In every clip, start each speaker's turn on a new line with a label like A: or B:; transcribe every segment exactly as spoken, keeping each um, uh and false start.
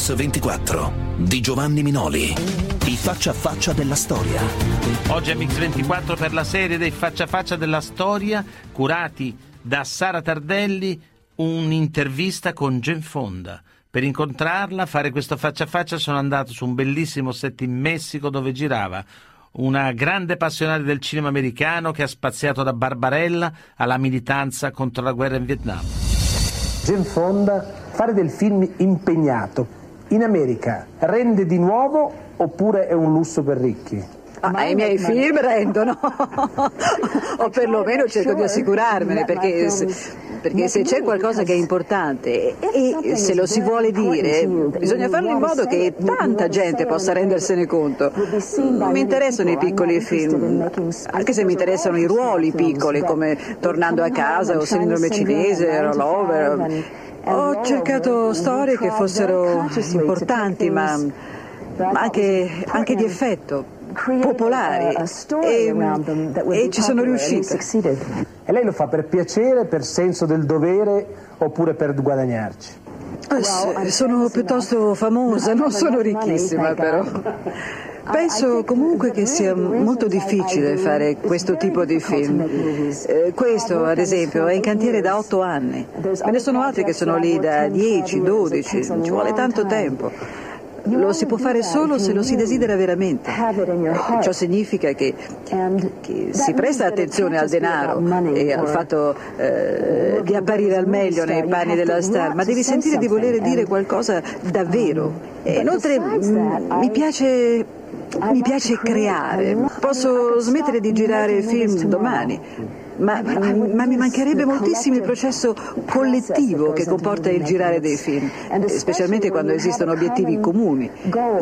A: Mix ventiquattro di Giovanni Minoli. I faccia a faccia della storia.
B: Oggi a Mix ventiquattro per la serie dei faccia a faccia della storia, curati da Sara Tardelli, un'intervista con Jane Fonda. Per incontrarla, fare questo faccia a faccia, sono andato su un bellissimo set in Messico dove girava una grande appassionata del cinema americano che ha spaziato da Barbarella alla militanza contro la guerra in Vietnam.
C: Jane Fonda, fare del film impegnato in America rende di nuovo oppure è un lusso per ricchi?
D: Ah, i miei film rendono, o perlomeno cerco di assicurarmene, perché se, perché se c'è qualcosa che è importante e se lo si vuole dire, bisogna farlo in modo che tanta gente possa rendersene conto. Non mi interessano i piccoli film, anche se mi interessano i ruoli piccoli, come Tornando a casa o Sindrome cinese, Rollover. Ho cercato storie che fossero importanti, ma, ma anche, anche di effetto, popolari, e, e ci sono riuscita.
C: E lei lo fa per piacere, per senso del dovere oppure per guadagnarci?
D: Eh, sono piuttosto famosa, non sono ricchissima però. Penso comunque che sia molto difficile fare questo tipo di film. Eh, questo, ad esempio, è in cantiere da otto anni. Me ne sono altri che sono lì da dieci, dodici, ci vuole tanto tempo. Lo si può fare solo se lo si desidera veramente. Ciò significa che, che si presta attenzione al denaro e al fatto eh, di apparire al meglio nei panni della star, ma devi sentire di volere dire qualcosa davvero. E inoltre mh, mi piace... Mi piace creare. Posso smettere di girare film domani, ma, ma mi mancherebbe moltissimo il processo collettivo che comporta il girare dei film, specialmente quando esistono obiettivi comuni,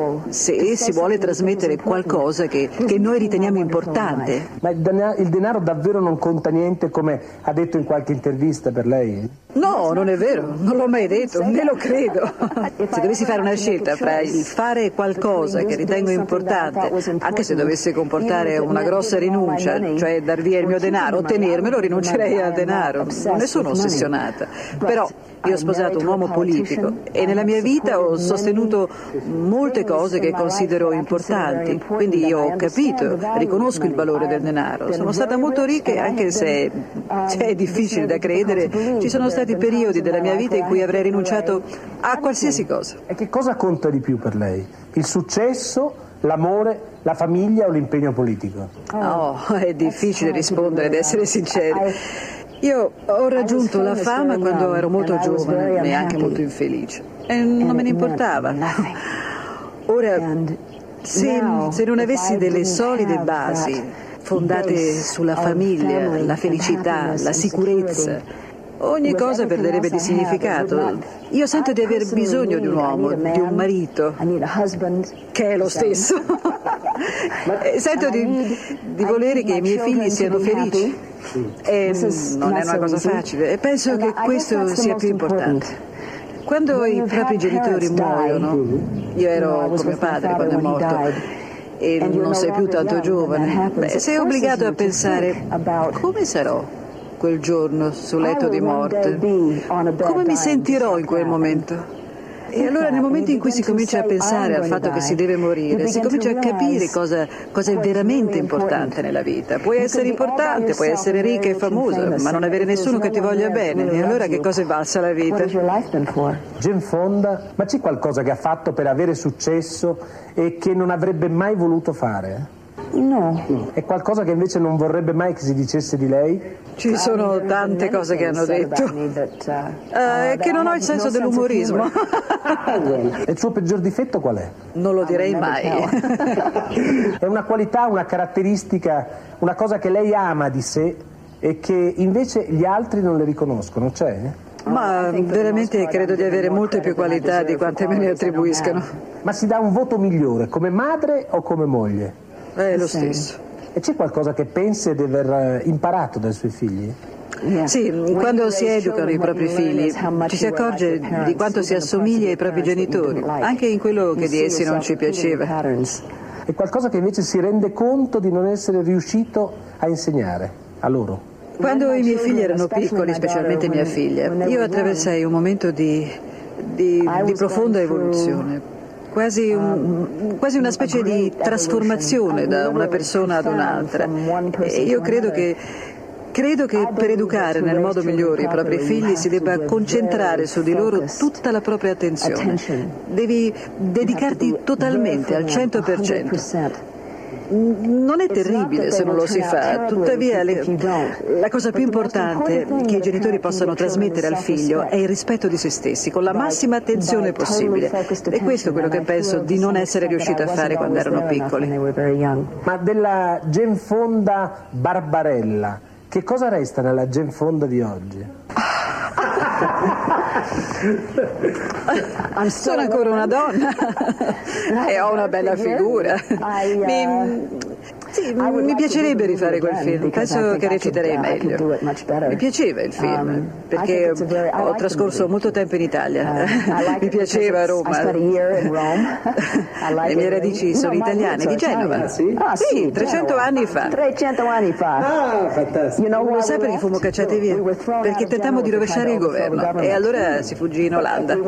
D: se si vuole trasmettere qualcosa che, che noi riteniamo importante.
C: Ma il denaro, il denaro davvero non conta niente, come ha detto in qualche intervista per lei?
D: No, non è vero, non l'ho mai detto, né lo credo. Se dovessi fare una scelta fra il fare qualcosa che ritengo importante, anche se dovesse comportare una grossa rinuncia, cioè dar via il mio denaro, ottenermelo, rinuncerei al denaro. Non ne sono ossessionata. Però io ho sposato un uomo politico e nella mia vita ho sostenuto molte cose che considero importanti. Quindi io ho capito, riconosco il valore del denaro. Sono stata molto ricca, anche se è difficile da credere. Ci sono stati periodi della mia vita in cui avrei rinunciato a qualsiasi cosa.
C: E che cosa conta di più per lei? Il successo, l'amore, la famiglia o l'impegno politico?
D: Oh, è difficile rispondere ed essere sinceri. Io ho raggiunto la fama quando ero molto giovane e anche molto infelice. E non me ne importava. Ora, se, se non avessi delle solide basi fondate sulla famiglia, la felicità, la sicurezza, ogni cosa perderebbe di significato. Io sento di aver bisogno di un uomo, di un marito, che è lo stesso. Sento di, di volere che i miei figli siano felici. E non è una cosa facile. E penso che questo sia più importante. Quando i propri genitori muoiono, io ero con mio padre quando è morto, e non sei più tanto giovane, beh, sei obbligato a pensare: come sarò quel giorno sul letto di morte? Come mi sentirò in quel momento? E allora nel momento in cui si comincia a pensare al fatto che si deve morire, si comincia a capire cosa, cosa è veramente importante nella vita. Puoi essere importante, puoi essere ricca e famosa, ma non avere nessuno che ti voglia bene. E allora che cosa è valsa la vita?
C: Jane Fonda, ma c'è qualcosa che ha fatto per avere successo e che non avrebbe mai voluto fare?
D: No.
C: È qualcosa che invece non vorrebbe mai che si dicesse di lei?
D: Ci sono tante cose che hanno detto. Uh, che non ho il senso dell'umorismo.
C: E il suo peggior difetto qual è?
D: Non lo direi mai.
C: È una qualità, una caratteristica, una cosa che lei ama di sé e che invece gli altri non le riconoscono, c'è?
D: Ma veramente credo di avere molte più qualità di quante me ne attribuiscano.
C: Ma si dà un voto migliore come madre o come moglie?
D: È lo stesso.
C: E c'è qualcosa che pensi di aver imparato dai suoi figli?
D: Sì, quando si educano i propri figli ci si accorge di quanto si assomiglia ai propri genitori, anche in quello che di essi non ci piaceva.
C: È qualcosa che invece si rende conto di non essere riuscito a insegnare a loro.
D: Quando i miei figli erano piccoli, specialmente mia figlia, io attraversai un momento di, di, di profonda evoluzione, quasi, un, quasi una specie di trasformazione da una persona ad un'altra. E io credo che Credo che per educare nel modo migliore i propri figli si debba concentrare su di loro tutta la propria attenzione. Devi dedicarti totalmente, al cento per cento. Non è terribile se non lo si fa, tuttavia le, la cosa più importante che i genitori possano trasmettere al figlio è il rispetto di se stessi, con la massima attenzione possibile. E questo è quello che penso di non essere riuscita a fare quando erano piccoli.
C: Ma della Jane Fonda Barbarella, che cosa resta nella Jane Fonda di oggi?
D: Sono ancora una donna e ho una bella figura. Mi, sì, mi piacerebbe rifare quel film, penso che reciterei meglio. Mi piaceva il film, perché ho trascorso molto tempo in Italia, mi piaceva Roma. Le mie radici sono italiane, di Genova. Sì, trecento anni fa.
E: trecento anni fa.
C: Ah, fantastico.
D: Lo sai perché fummo cacciati via? Perché tentammo di rovesciare il governo e allora si fuggì in Olanda.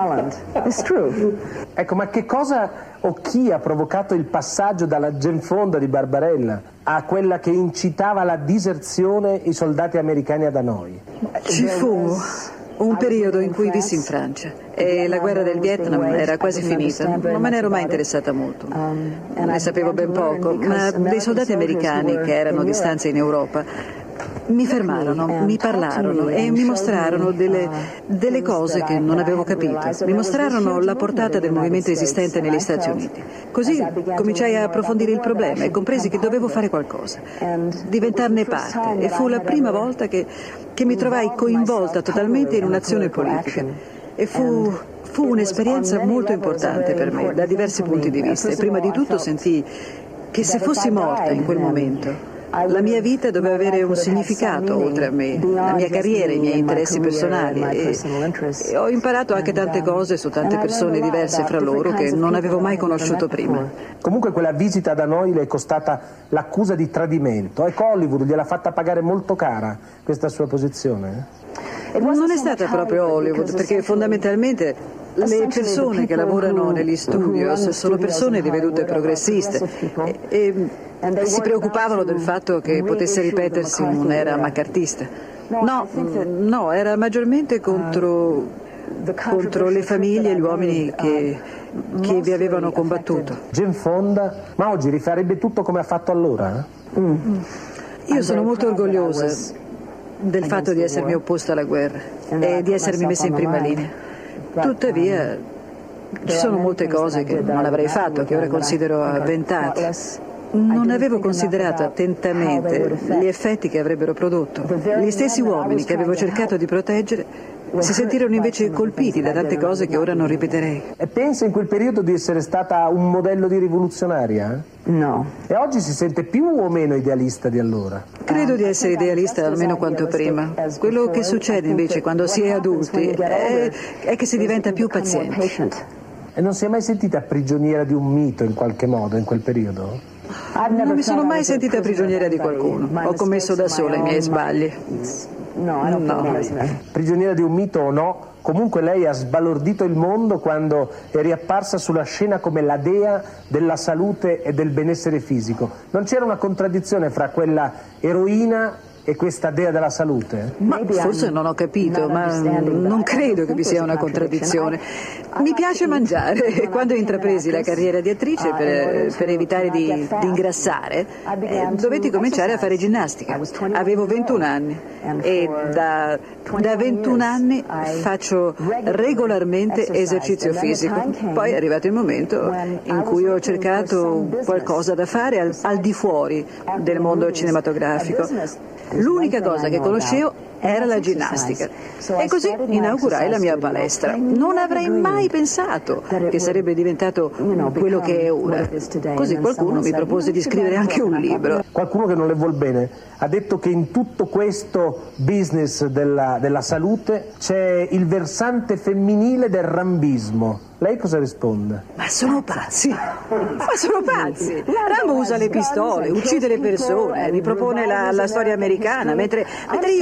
C: Ecco, ma che cosa o chi ha provocato il passaggio dalla Jane Fonda di Barbarella a quella che incitava alla diserzione i soldati americani ad Hanoi?
D: Ci fu un periodo in cui vissi in Francia e la guerra del Vietnam era quasi finita. Non me ne ero mai interessata molto. Ne sapevo ben poco, ma dei soldati americani che erano di stanza in Europa mi fermarono, mi parlarono e mi mostrarono delle, delle cose che non avevo capito. Mi mostrarono la portata del movimento esistente negli Stati Uniti. Così cominciai a approfondire il problema e compresi che dovevo fare qualcosa, diventarne parte. E fu la prima volta che, che mi trovai coinvolta totalmente in un'azione politica. E fu... Fu un'esperienza molto importante per me, da diversi punti di vista. E prima di tutto sentii che se fossi morta in quel momento, la mia vita doveva avere un significato oltre a me, la mia carriera, i miei interessi personali. E, e ho imparato anche tante cose su tante persone diverse fra loro che non avevo mai conosciuto prima.
C: Comunque quella visita da noi le è costata l'accusa di tradimento. Ecco, Hollywood gliel'ha fatta pagare molto cara questa sua posizione.
D: Non è stata proprio Hollywood, perché fondamentalmente le persone che lavorano negli studios sono persone di vedute progressiste e, e si preoccupavano del fatto che potesse ripetersi un'era maccartista. No, no, era maggiormente contro, contro le famiglie e gli uomini che, che vi avevano combattuto.
C: Jane Fonda, ma oggi rifarebbe tutto come ha fatto allora? Eh?
D: Mm. Io sono molto orgogliosa del fatto di essermi opposta alla guerra e di essermi messa in prima linea. Tuttavia, ci sono molte cose che non avrei fatto, che ora considero avventate. Non avevo considerato attentamente gli effetti che avrebbero prodotto. Gli stessi uomini che avevo cercato di proteggere si sentirono invece colpiti da tante cose che ora non ripeterei.
C: E pensa in quel periodo di essere stata un modello di rivoluzionaria?
E: No.
C: E oggi si sente più o meno idealista di allora?
D: Credo di essere idealista almeno quanto prima. Quello che succede invece quando si è adulti è, è che si diventa più pazienti.
C: E non si è mai sentita prigioniera di un mito in qualche modo in quel periodo?
D: Non mi sono mai sentita prigioniera di qualcuno. Ho commesso da sola i miei sbagli.
E: No,
D: no.
C: Prigioniera di un mito o no, comunque lei ha sbalordito il mondo quando è riapparsa sulla scena come la dea della salute e del benessere fisico. Non c'era una contraddizione fra quella eroina e questa dea della salute?
D: Ma forse non ho capito, ma non credo che vi sia una contraddizione. Mi piace mangiare e quando intrapresi la carriera di attrice per, per evitare di, di ingrassare, eh, dovetti cominciare a fare ginnastica. Avevo ventuno anni e da, da ventuno anni faccio regolarmente esercizio fisico. Poi è arrivato il momento in cui ho cercato qualcosa da fare al, al di fuori del mondo cinematografico. L'unica cosa che conoscevo era la ginnastica e così inaugurai la mia palestra. Non avrei mai pensato che sarebbe diventato quello che è ora. Così qualcuno mi propose di scrivere anche un libro.
C: Qualcuno che non le vuol bene ha detto che in tutto questo business della, della salute c'è il versante femminile del rambismo. Lei cosa risponde?
D: Ma sono pazzi, ma sono pazzi. Rambo usa le pistole, uccide le persone, ripropone la, la storia americana, mentre, mentre io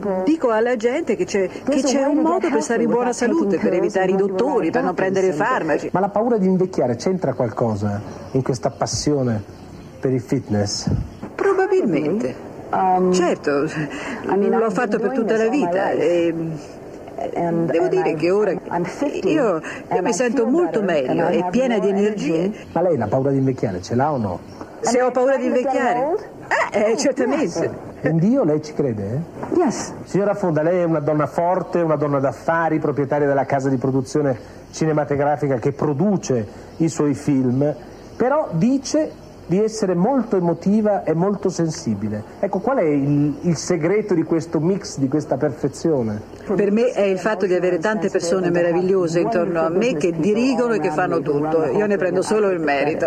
D: dico alla gente che c'è, che c'è un modo per stare in buona salute, per evitare i dottori, per non prendere farmaci.
C: Ma la paura di invecchiare c'entra qualcosa in questa passione per il fitness?
D: Probabilmente. Certo, l'ho fatto per tutta la vita e devo dire che ora io, io mi sento molto meglio e piena di energie.
C: Ma lei la paura di invecchiare ce l'ha o no?
D: Se ho paura di invecchiare? Eh, eh certamente.
C: In Dio lei ci crede? Eh?
E: Yes.
C: Signora Fonda, lei è una donna forte, una donna d'affari, proprietaria della casa di produzione cinematografica che produce i suoi film, però dice di essere molto emotiva e molto sensibile. Ecco, qual è il, il segreto di questo mix, di questa perfezione?
D: Per me è il fatto di avere tante persone meravigliose intorno a me che dirigono e che fanno tutto. Io ne prendo solo il merito.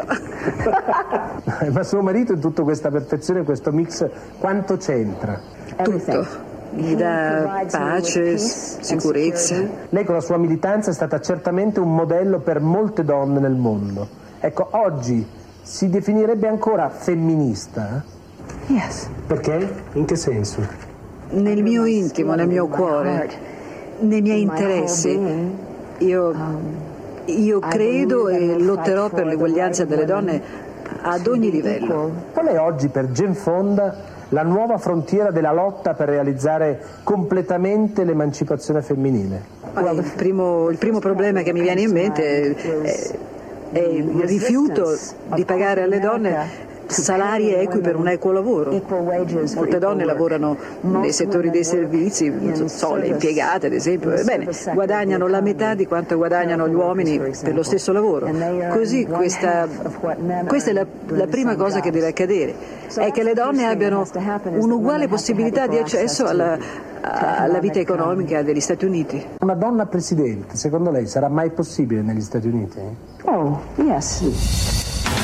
C: Ma suo marito in tutta questa perfezione, questo mix, quanto c'entra?
D: Tutto. Mi dà pace, sicurezza.
C: Lei con la sua militanza è stata certamente un modello per molte donne nel mondo. Ecco, oggi si definirebbe ancora femminista?
E: Yes.
C: Perché? In che senso?
D: Nel mio intimo, nel mio cuore, nei miei interessi, io, io credo e lotterò per l'eguaglianza delle donne ad ogni livello.
C: Qual è oggi per Jane Fonda la nuova frontiera della lotta per realizzare completamente l'emancipazione femminile?
D: Il primo, il primo problema che mi viene in mente è, è è il rifiuto di pagare alle donne salari equi per un equo lavoro. Molte donne lavorano nei settori dei servizi, non so, le impiegate ad esempio, ebbene, guadagnano la metà di quanto guadagnano gli uomini per lo stesso lavoro. Così questa, questa è la, la prima cosa che deve accadere, è che le donne abbiano un'uguale possibilità di accesso alla, alla vita economica degli Stati Uniti.
C: Una donna presidente, secondo lei, sarà mai possibile negli Stati Uniti?
E: Oh, yes.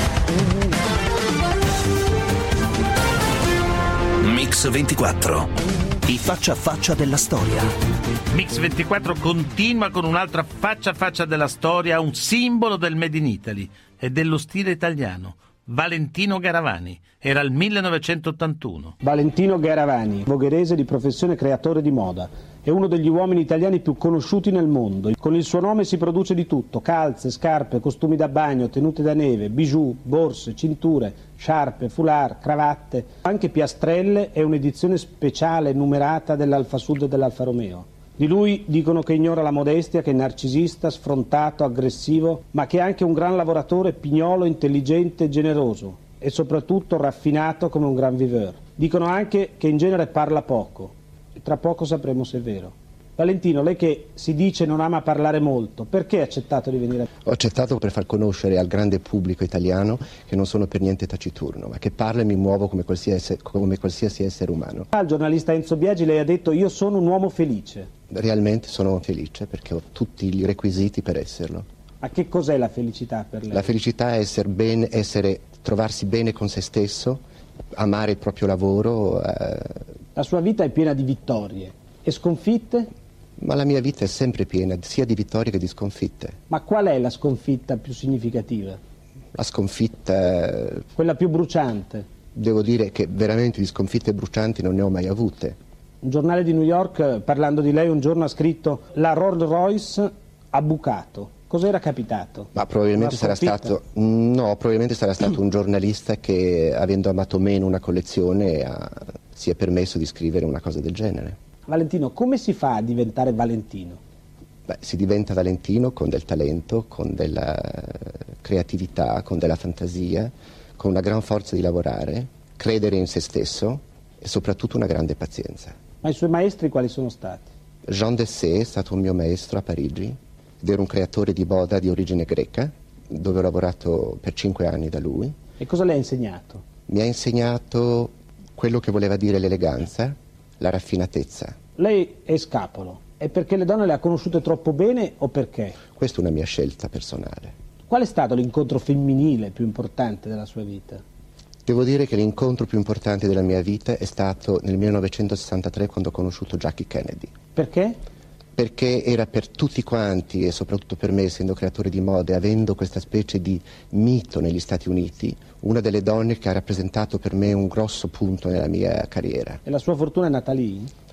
A: Mix ventiquattro, i faccia a faccia della storia.
B: Mix ventiquattro continua con un'altra faccia a faccia della storia, un simbolo del Made in Italy e dello stile italiano. Valentino Garavani, era il millenovecentottantuno.
F: Valentino Garavani, vogherese di professione creatore di moda, è uno degli uomini italiani più conosciuti nel mondo. Con il suo nome si produce di tutto: calze, scarpe, costumi da bagno, tenute da neve, bijou, borse, cinture, sciarpe, foulard, cravatte, anche piastrelle e un'edizione speciale numerata dell'Alfa Sud e dell'Alfa Romeo. Di lui dicono che ignora la modestia, che è narcisista, sfrontato, aggressivo, ma che è anche un gran lavoratore, pignolo, intelligente e generoso e soprattutto raffinato come un gran viveur. Dicono anche che in genere parla poco e tra poco sapremo se è vero. Valentino, lei che si dice non ama parlare molto, perché ha accettato di venire?
G: Ho accettato per far conoscere al grande pubblico italiano che non sono per niente taciturno, ma che parlo e mi muovo come qualsiasi, come qualsiasi essere umano.
F: Al giornalista Enzo Biagi lei ha detto: io sono un uomo felice.
G: Realmente sono felice perché ho tutti i requisiti per esserlo.
F: Ma che cos'è la felicità per lei?
G: La felicità è essere bene, essere, trovarsi bene con se stesso, amare il proprio lavoro. Eh...
F: La sua vita è piena di vittorie e sconfitte?
G: Ma la mia vita è sempre piena sia di vittorie che di sconfitte.
F: Ma qual è la sconfitta più significativa?
G: La sconfitta...
F: Quella più bruciante?
G: Devo dire che veramente di sconfitte brucianti non ne ho mai avute.
F: Un giornale di New York, parlando di lei, un giorno ha scritto: la Rolls Royce ha bucato. Cos'era capitato?
G: Ma probabilmente sarà stato... No, probabilmente sarà stato un giornalista che, avendo amato meno una collezione, ha, si è permesso di scrivere una cosa del genere.
F: Valentino, come si fa a diventare Valentino?
G: Beh, si diventa Valentino con del talento, con della creatività, con della fantasia, con una gran forza di lavorare, credere in se stesso e soprattutto una grande pazienza.
F: Ma i suoi maestri quali sono stati?
G: Jean Dessay è stato un mio maestro a Parigi, ed era un creatore di moda di origine greca, dove ho lavorato per cinque anni da lui.
F: E cosa le ha insegnato?
G: Mi ha insegnato quello che voleva dire l'eleganza, la raffinatezza.
F: Lei è scapolo, è perché le donne le ha conosciute troppo bene o perché?
G: Questa è una mia scelta personale.
F: Qual è stato l'incontro femminile più importante della sua vita?
G: Devo dire che l'incontro più importante della mia vita è stato nel millenovecentosessantatré, quando ho conosciuto Jackie Kennedy.
F: Perché?
G: Perché era per tutti quanti, e soprattutto per me, essendo creatore di moda e avendo questa specie di mito negli Stati Uniti, una delle donne che ha rappresentato per me un grosso punto nella mia carriera.
F: E la sua fortuna è nata lì?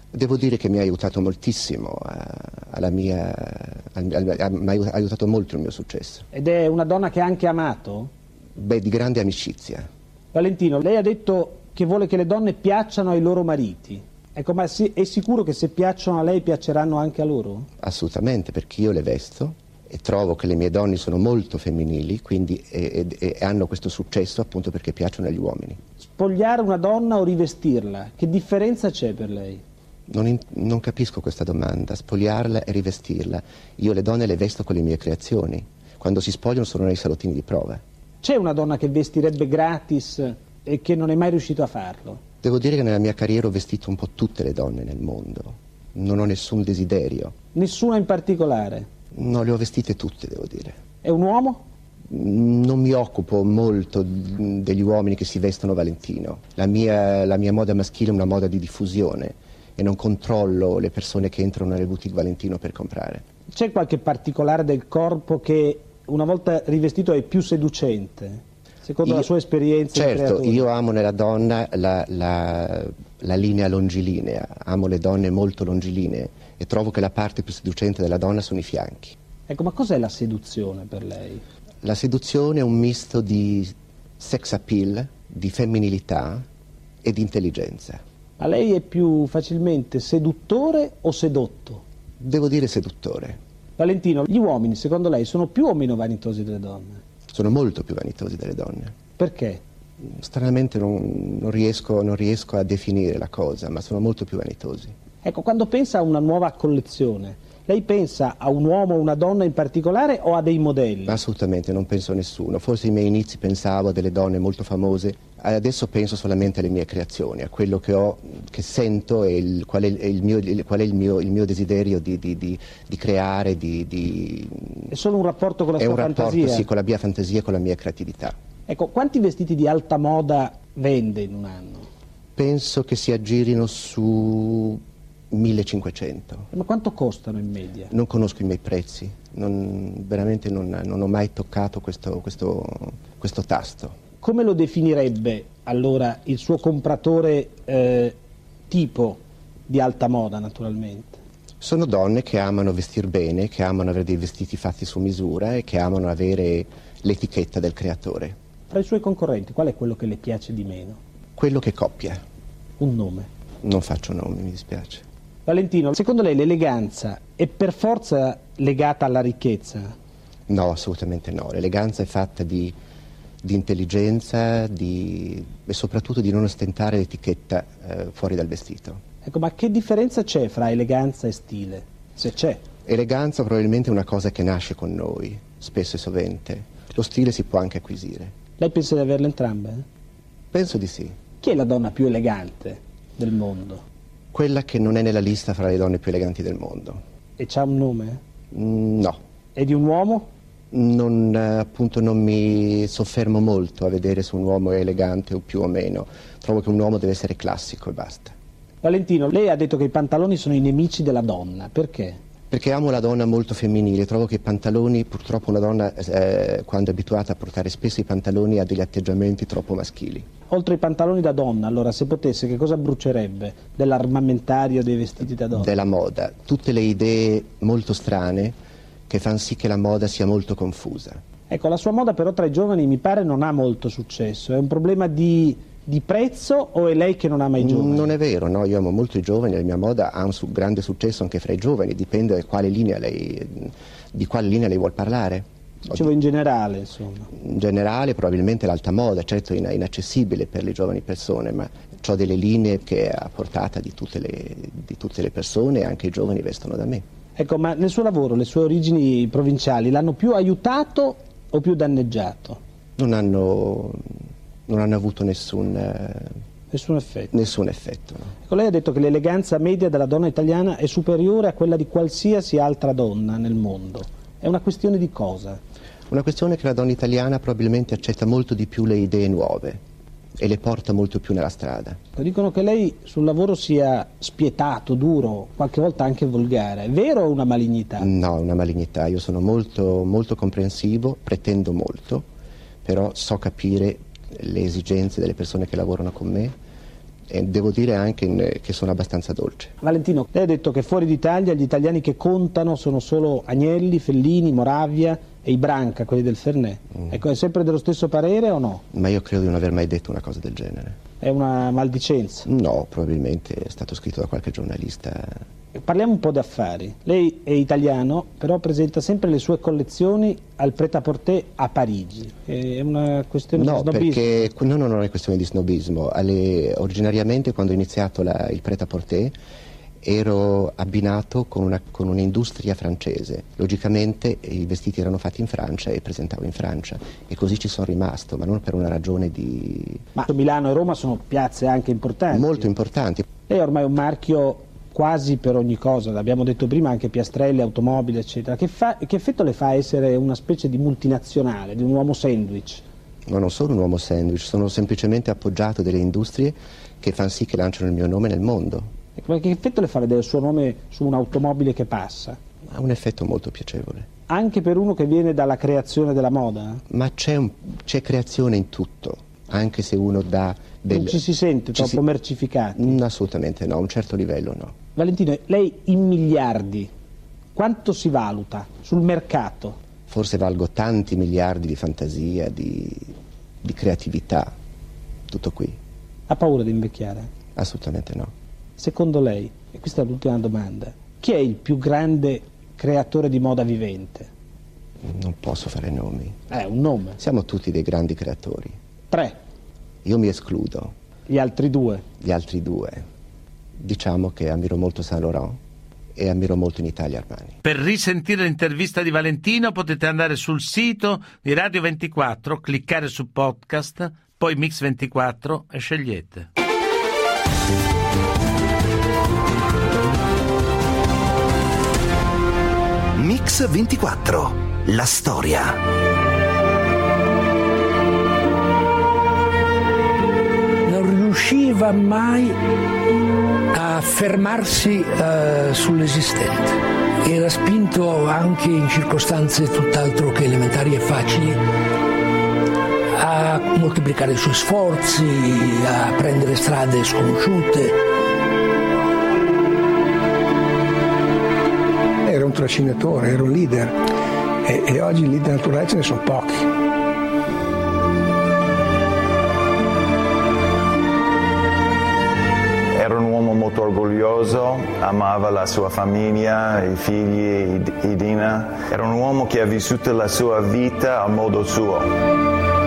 G: Devo dire che mi ha aiutato moltissimo, alla mia, mi ha aiutato molto il mio successo.
F: Ed è una donna che ha anche amato?
G: Beh, di grande amicizia.
F: Valentino, lei ha detto che vuole che le donne piacciono ai loro mariti. Ecco, ma è sicuro che se piacciono a lei piaceranno anche a loro?
G: Assolutamente, perché io le vesto e trovo che le mie donne sono molto femminili, quindi e, e, e hanno questo successo appunto perché piacciono agli uomini.
F: Spogliare una donna o rivestirla, che differenza c'è per lei?
G: Non, in, non capisco questa domanda, spogliarla e rivestirla. Io le donne le vesto con le mie creazioni, quando si spogliano sono nei salottini di prova.
F: C'è una donna che vestirebbe gratis e che non è mai riuscito a farlo?
G: Devo dire che nella mia carriera ho vestito un po' tutte le donne nel mondo, non ho nessun desiderio.
F: Nessuna in particolare?
G: No, le ho vestite tutte, devo dire.
F: È un uomo?
G: Non mi occupo molto degli uomini che si vestono Valentino. La mia, la mia moda maschile è una moda di diffusione e non controllo le persone che entrano nelle boutique Valentino per comprare.
F: C'è qualche particolare del corpo che una volta rivestito è più seducente? Secondo
G: io,
F: la sua esperienza?
G: Certo, io amo nella donna la, la, la linea longilinea, amo le donne molto longilinee e trovo che la parte più seducente della donna sono i fianchi.
F: Ecco, ma cos'è la seduzione per lei?
G: La seduzione è un misto di sex appeal, di femminilità e di intelligenza.
F: Ma lei è più facilmente seduttore o sedotto?
G: Devo dire seduttore.
F: Valentino, gli uomini secondo lei sono più o meno vanitosi delle donne?
G: Sono molto più vanitosi delle donne.
F: Perché?
G: Stranamente non, non, riesco, non riesco a definire la cosa, ma sono molto più vanitosi.
F: Ecco, quando pensa a una nuova collezione, lei pensa a un uomo o una donna in particolare o a dei modelli?
G: Assolutamente, non penso a nessuno. Forse ai miei inizi pensavo a delle donne molto famose, adesso penso solamente alle mie creazioni, a quello che ho, che sento e il, qual è, il mio, il, qual è il, mio, il mio desiderio di, di, di, di creare. Di, di...
F: È solo un rapporto con la
G: è
F: sua
G: un rapporto,
F: fantasia?
G: Sì, con la mia fantasia e con la mia creatività.
F: Ecco, quanti vestiti di alta moda vende in un anno?
G: Penso che si aggirino su millecinquecento.
F: Ma quanto costano in media?
G: Non conosco i miei prezzi, non, veramente non, non ho mai toccato questo, questo, questo tasto.
F: Come lo definirebbe allora il suo compratore eh, tipo di alta moda, naturalmente?
G: Sono donne che amano vestir bene, che amano avere dei vestiti fatti su misura e che amano avere l'etichetta del creatore.
F: Tra i suoi concorrenti, qual è quello che le piace di meno?
G: Quello che coppia.
F: Un nome?
G: Non faccio nomi, mi dispiace.
F: Valentino, secondo lei l'eleganza è per forza legata alla ricchezza?
G: No, assolutamente no. L'eleganza è fatta di, di intelligenza di, e soprattutto di non ostentare l'etichetta eh, fuori dal vestito.
F: Ecco, ma che differenza c'è fra eleganza e stile? Se c'è.
G: Eleganza probabilmente è una cosa che nasce con noi, spesso e sovente. Lo stile si può anche acquisire.
F: Lei pensa di averle entrambe?
G: Penso di sì.
F: Chi è la donna più elegante del mondo?
G: Quella che non è nella lista fra le donne più eleganti del mondo.
F: E c'ha un nome?
G: Mm, no.
F: E di un uomo?
G: Non, appunto, non mi soffermo molto a vedere se un uomo è elegante o più o meno. Trovo che un uomo deve essere classico e basta.
F: Valentino, lei ha detto che i pantaloni sono i nemici della donna. Perché?
G: Perché amo la donna molto femminile. Trovo che i pantaloni, purtroppo una donna eh, quando è abituata a portare spesso i pantaloni ha degli atteggiamenti troppo maschili.
F: Oltre ai pantaloni da donna, allora, se potesse, che cosa brucerebbe dell'armamentario dei vestiti da donna?
G: Della moda. Tutte le idee molto strane che fanno sì che la moda sia molto confusa.
F: Ecco, la sua moda però tra i giovani mi pare non ha molto successo. È un problema di, di prezzo o è lei che non ama i giovani?
G: Non è vero, no? Io amo molto i giovani, la mia moda ha un su- grande successo anche fra i giovani, dipende da quale linea lei, di quale linea lei vuol parlare.
F: Dicevo in generale, insomma.
G: In generale probabilmente l'alta moda, certo in- inaccessibile per le giovani persone, ma ho delle linee che è a portata di tutte le, di tutte le persone e anche i giovani vestono da me.
F: Ecco, ma nel suo lavoro le sue origini provinciali l'hanno più aiutato o più danneggiato?
G: Non hanno, non hanno avuto nessun, eh,
F: Nessun effetto?
G: Nessun effetto, no.
F: Ecco, lei ha detto che l'eleganza media della donna italiana è superiore a quella di qualsiasi altra donna nel mondo. È una questione di cosa?
G: Una questione che la donna italiana probabilmente accetta molto di più le idee nuove e le porta molto più nella strada.
F: Dicono che lei sul lavoro sia spietato, duro, qualche volta anche volgare. È vero o una malignità?
G: No, una malignità. Io sono molto, molto comprensivo, pretendo molto, però so capire le esigenze delle persone che lavorano con me, e devo dire anche in, che sono abbastanza dolce.
F: Valentino, lei ha detto che fuori d'Italia gli italiani che contano sono solo Agnelli, Fellini, Moravia e i Branca, quelli del Fernet. Mm. Ecco, è sempre dello stesso parere o no?
G: Ma io credo di non aver mai detto una cosa del genere.
F: È una maldicenza?
G: No, probabilmente è stato scritto da qualche giornalista.
F: Parliamo un po' di affari. Lei è italiano, però presenta sempre le sue collezioni al Pret-à-Porter a Parigi. È una questione
G: no,
F: di snobismo?
G: Perché, no, no, non è questione di snobismo. Alle, originariamente, quando ho iniziato la, il Pret-à-Porter, ero abbinato con, una, con un'industria francese. Logicamente i vestiti erano fatti in Francia e presentavo in Francia, e così ci sono rimasto, ma non per una ragione di...
F: Ma Milano e Roma sono piazze anche importanti.
G: Molto importanti.
F: Lei è ormai un marchio quasi per ogni cosa, l'abbiamo detto prima, anche piastrelle, automobili, eccetera. Che, fa, che effetto le fa essere una specie di multinazionale, di un uomo sandwich?
G: No, non sono un uomo sandwich, sono semplicemente appoggiato delle industrie che fanno sì che lanciano il mio nome nel mondo.
F: Che effetto le fa vedere il suo nome su un'automobile che passa?
G: Ha un effetto molto piacevole.
F: Anche per uno che viene dalla creazione della moda?
G: Ma c'è, un, c'è creazione in tutto, anche se uno dà... Del...
F: Non ci si sente
G: ci
F: troppo
G: si...
F: mercificati?
G: No, assolutamente no, a un certo livello no.
F: Valentino, lei in miliardi, quanto si valuta sul mercato?
G: Forse valgo tanti miliardi di fantasia, di, di creatività, tutto qui.
F: Ha paura di invecchiare?
G: Assolutamente no.
F: Secondo lei, e questa è l'ultima domanda, chi è il più grande creatore di moda vivente?
G: Non posso fare nomi.
F: Eh, un nome.
G: Siamo tutti dei grandi creatori.
F: Tre.
G: Io mi escludo.
F: Gli altri due?
G: Gli altri due. Diciamo che ammiro molto Saint Laurent e ammiro molto in Italia Armani.
B: Per risentire l'intervista di Valentino potete andare sul sito di Radio ventiquattro, cliccare su podcast, poi Mix ventiquattro e scegliete.
A: Mix ventiquattro, la storia.
H: Non riusciva mai a fermarsi uh, sull'esistente. Era spinto anche in circostanze tutt'altro che elementari e facili a moltiplicare i suoi sforzi, a prendere strade sconosciute.
I: Era un trascinatore, era un leader e, e oggi i leader naturali ce ne sono pochi.
J: Era un uomo molto orgoglioso, amava la sua famiglia, i figli, Idina. Era un uomo che ha vissuto la sua vita a modo suo.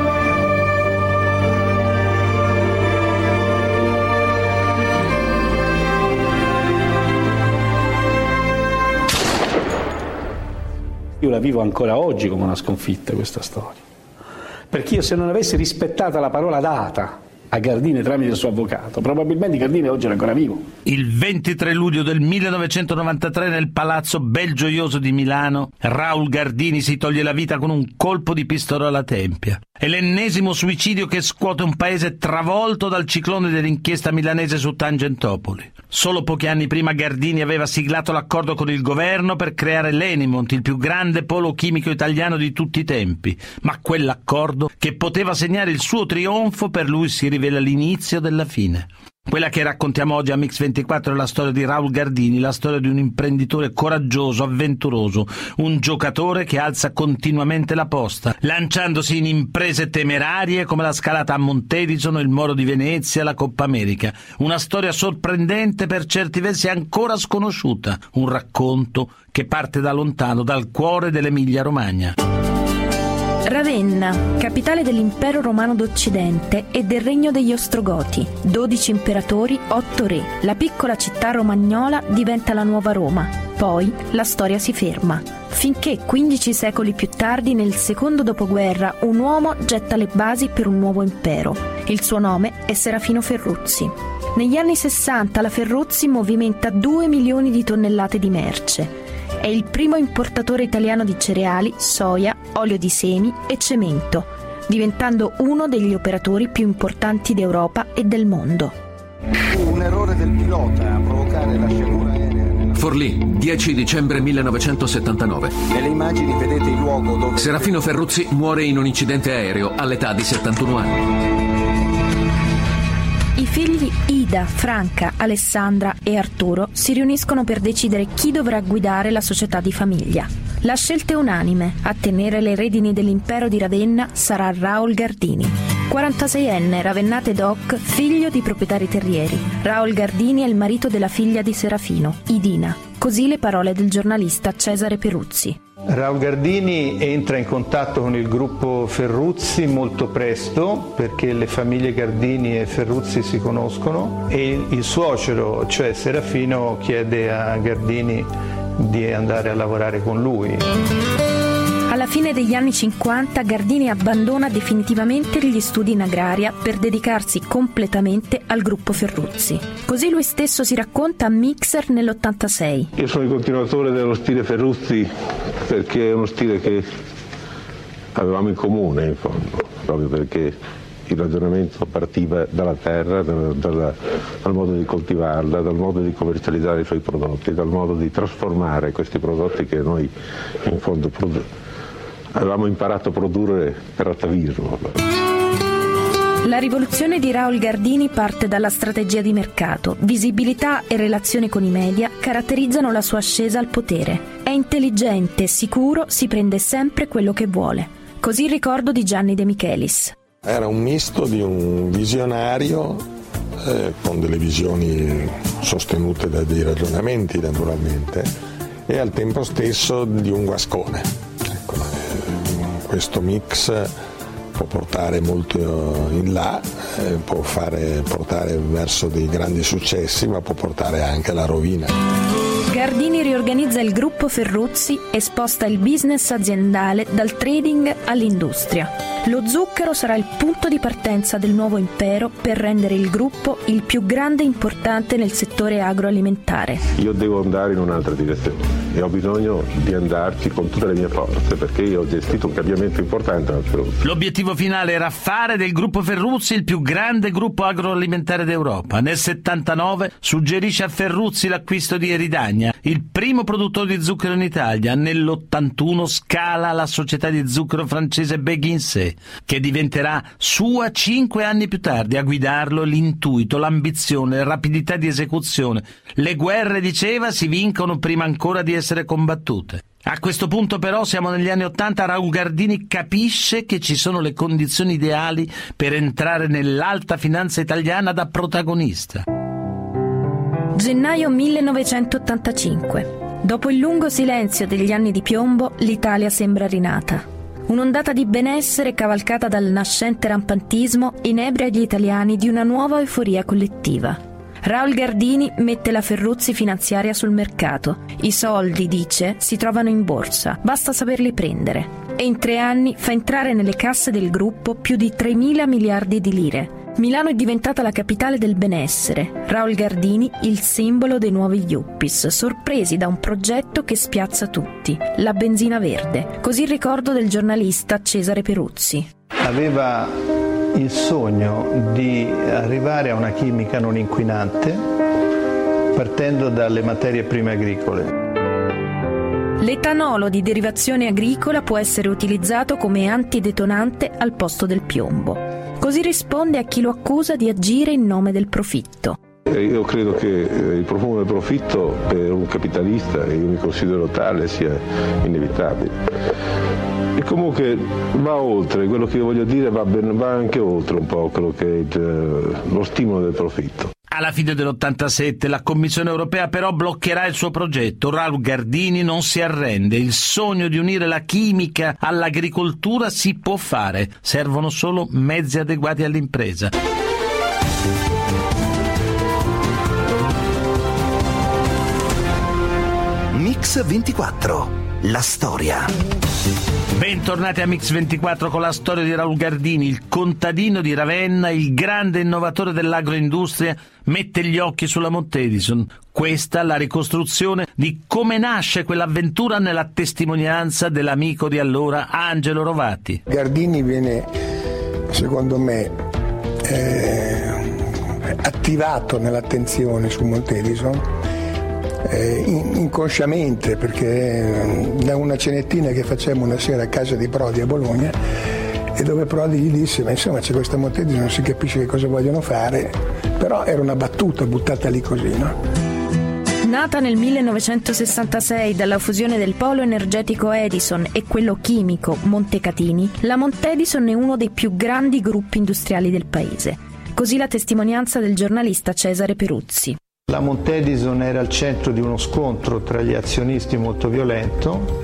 K: Io la vivo ancora oggi come una sconfitta questa storia, perché io se non avessi rispettato la parola data a Gardini tramite il suo avvocato, probabilmente Gardini oggi era ancora vivo.
B: Il ventitré luglio del millenovecentonovantatré nel Palazzo Belgioioso di Milano, Raul Gardini si toglie la vita con un colpo di pistola alla tempia. È l'ennesimo suicidio che scuote un paese travolto dal ciclone dell'inchiesta milanese su Tangentopoli. Solo pochi anni prima Gardini aveva siglato l'accordo con il governo per creare l'Enimont, il più grande polo chimico italiano di tutti i tempi. Ma quell'accordo, che poteva segnare il suo trionfo, per lui si rivela l'inizio della fine. Quella che raccontiamo oggi a Mix ventiquattro è la storia di Raul Gardini, la storia di un imprenditore coraggioso, avventuroso, un giocatore che alza continuamente la posta, lanciandosi in imprese temerarie come la scalata a Montedison, il Molo di Venezia, la Coppa America. Una storia sorprendente, per certi versi ancora sconosciuta, un racconto che parte da lontano, dal cuore dell'Emilia-Romagna.
L: Ravenna, capitale dell'impero romano d'Occidente e del regno degli Ostrogoti. dodici imperatori, otto re. La piccola città romagnola diventa la nuova Roma. Poi la storia si ferma. Finché quindici secoli più tardi, nel secondo dopoguerra, un uomo getta le basi per un nuovo impero. Il suo nome è Serafino Ferruzzi. Negli anni sessanta la Ferruzzi movimenta due milioni di tonnellate di merce. È il primo importatore italiano di cereali, soia, olio di semi e cemento, diventando uno degli operatori più importanti d'Europa e del mondo.
M: Un errore del pilota a provocare la sciagura aerea.
N: Forlì, dieci dicembre millenovecentosettantanove.
M: Nelle immagini vedete il luogo dove...
N: Serafino Ferruzzi muore in un incidente aereo all'età di settantuno anni.
L: I figli Idi Ida, Franca, Alessandra e Arturo si riuniscono per decidere chi dovrà guidare la società di famiglia. La scelta è unanime: a tenere le redini dell'impero di Ravenna sarà Raul Gardini. quarantaseienne, ravennate doc, figlio di proprietari terrieri. Raul Gardini è il marito della figlia di Serafino, Idina. Così le parole del giornalista Cesare Peruzzi.
O: Raul Gardini entra in contatto con il gruppo Ferruzzi molto presto, perché le famiglie Gardini e Ferruzzi si conoscono, e il suocero, cioè Serafino, chiede a Gardini di andare a lavorare con lui.
L: Alla fine degli anni cinquanta Gardini abbandona definitivamente gli studi in agraria per dedicarsi completamente al gruppo Ferruzzi. Così lui stesso si racconta a Mixer nell'ottantasei.
P: Io sono il continuatore dello stile Ferruzzi perché è uno stile che avevamo in comune, in fondo, proprio perché il ragionamento partiva dalla terra, dal, dal, dal modo di coltivarla, dal modo di commercializzare i suoi prodotti, dal modo di trasformare questi prodotti che noi in fondo produ- avevamo imparato a produrre per atavismo.
L: La rivoluzione di Raul Gardini parte dalla strategia di mercato. Visibilità e relazione con i media caratterizzano la sua ascesa al potere. È intelligente, sicuro, si prende sempre quello che vuole. Così il ricordo di Gianni De Michelis.
Q: Era un misto di un visionario eh, con delle visioni sostenute da dei ragionamenti naturalmente, e al tempo stesso di un guascone. Ecco, eh, questo mix può portare molto in là, eh, può fare, portare verso dei grandi successi, ma può portare anche alla rovina.
L: Gardini riorganizza il gruppo Ferruzzi e sposta il business aziendale dal trading all'industria. Lo zucchero sarà il punto di partenza del nuovo impero per rendere il gruppo il più grande e importante nel settore agroalimentare.
P: Io devo andare in un'altra direzione e ho bisogno di andarci con tutte le mie forze, perché io ho gestito un cambiamento importante nel Ferruzzi.
B: L'obiettivo finale era fare del gruppo Ferruzzi il più grande gruppo agroalimentare d'Europa. Nel settantanove suggerisce a Ferruzzi l'acquisto di Eridagna, il primo produttore di zucchero in Italia. Nell'ottantuno scala la società di zucchero francese Beguinsé, che diventerà sua cinque anni più tardi. A guidarlo l'intuito, l'ambizione, la rapidità di esecuzione. Le guerre, diceva, si vincono prima ancora di essere combattute. A questo punto però siamo negli anni Ottanta. Raul Gardini capisce che ci sono le condizioni ideali per entrare nell'alta finanza italiana da protagonista.
L: Gennaio millenovecentottantacinque. Dopo il lungo silenzio degli anni di piombo, l'Italia sembra rinata. Un'ondata di benessere cavalcata dal nascente rampantismo inebria gli italiani di una nuova euforia collettiva. Raul Gardini mette la Ferruzzi finanziaria sul mercato. I soldi, dice, si trovano in borsa, basta saperli prendere. E in tre anni fa entrare nelle casse del gruppo più di tremila miliardi di lire. Milano è diventata la capitale del benessere. Raul Gardini il simbolo dei nuovi yuppies, sorpresi da un progetto che spiazza tutti, la benzina verde. Così il ricordo del giornalista Cesare Peruzzi.
O: Aveva il sogno di arrivare a una chimica non inquinante partendo dalle materie prime agricole.
L: L'etanolo di derivazione agricola può essere utilizzato come antidetonante al posto del piombo. Così risponde a chi lo accusa di agire in nome del profitto.
P: Io credo che il profumo del profitto per un capitalista, e io mi considero tale, sia inevitabile. E comunque va oltre, quello che io voglio dire va, ben, va anche oltre un po' quello che è il, lo stimolo del profitto.
B: Alla fine dell'ottantasette la Commissione europea però bloccherà il suo progetto. Raul Gardini non si arrende. Il sogno di unire la chimica all'agricoltura si può fare. Servono solo mezzi adeguati all'impresa.
A: Mix ventiquattro, la storia.
B: Bentornati a Mix ventiquattro con la storia di Raul Gardini, il contadino di Ravenna, il grande innovatore dell'agroindustria, mette gli occhi sulla Mount Edison. Questa la ricostruzione di come nasce quell'avventura nella testimonianza dell'amico di allora Angelo Rovati.
I: Gardini viene, secondo me, eh, attivato nell'attenzione su Mount Edison Eh, inconsciamente, perché da una cenettina che facemmo una sera a casa di Prodi a Bologna e dove Prodi gli disse: ma insomma c'è questa Montedison, non si capisce che cosa vogliono fare, però era una battuta buttata lì così, no?
L: Nata nel millenovecentosessantasei dalla fusione del polo energetico Edison e quello chimico Montecatini, la Montedison è uno dei più grandi gruppi industriali del paese. Così la testimonianza del giornalista Cesare Peruzzi.
O: La Montedison era al centro di uno scontro tra gli azionisti molto violento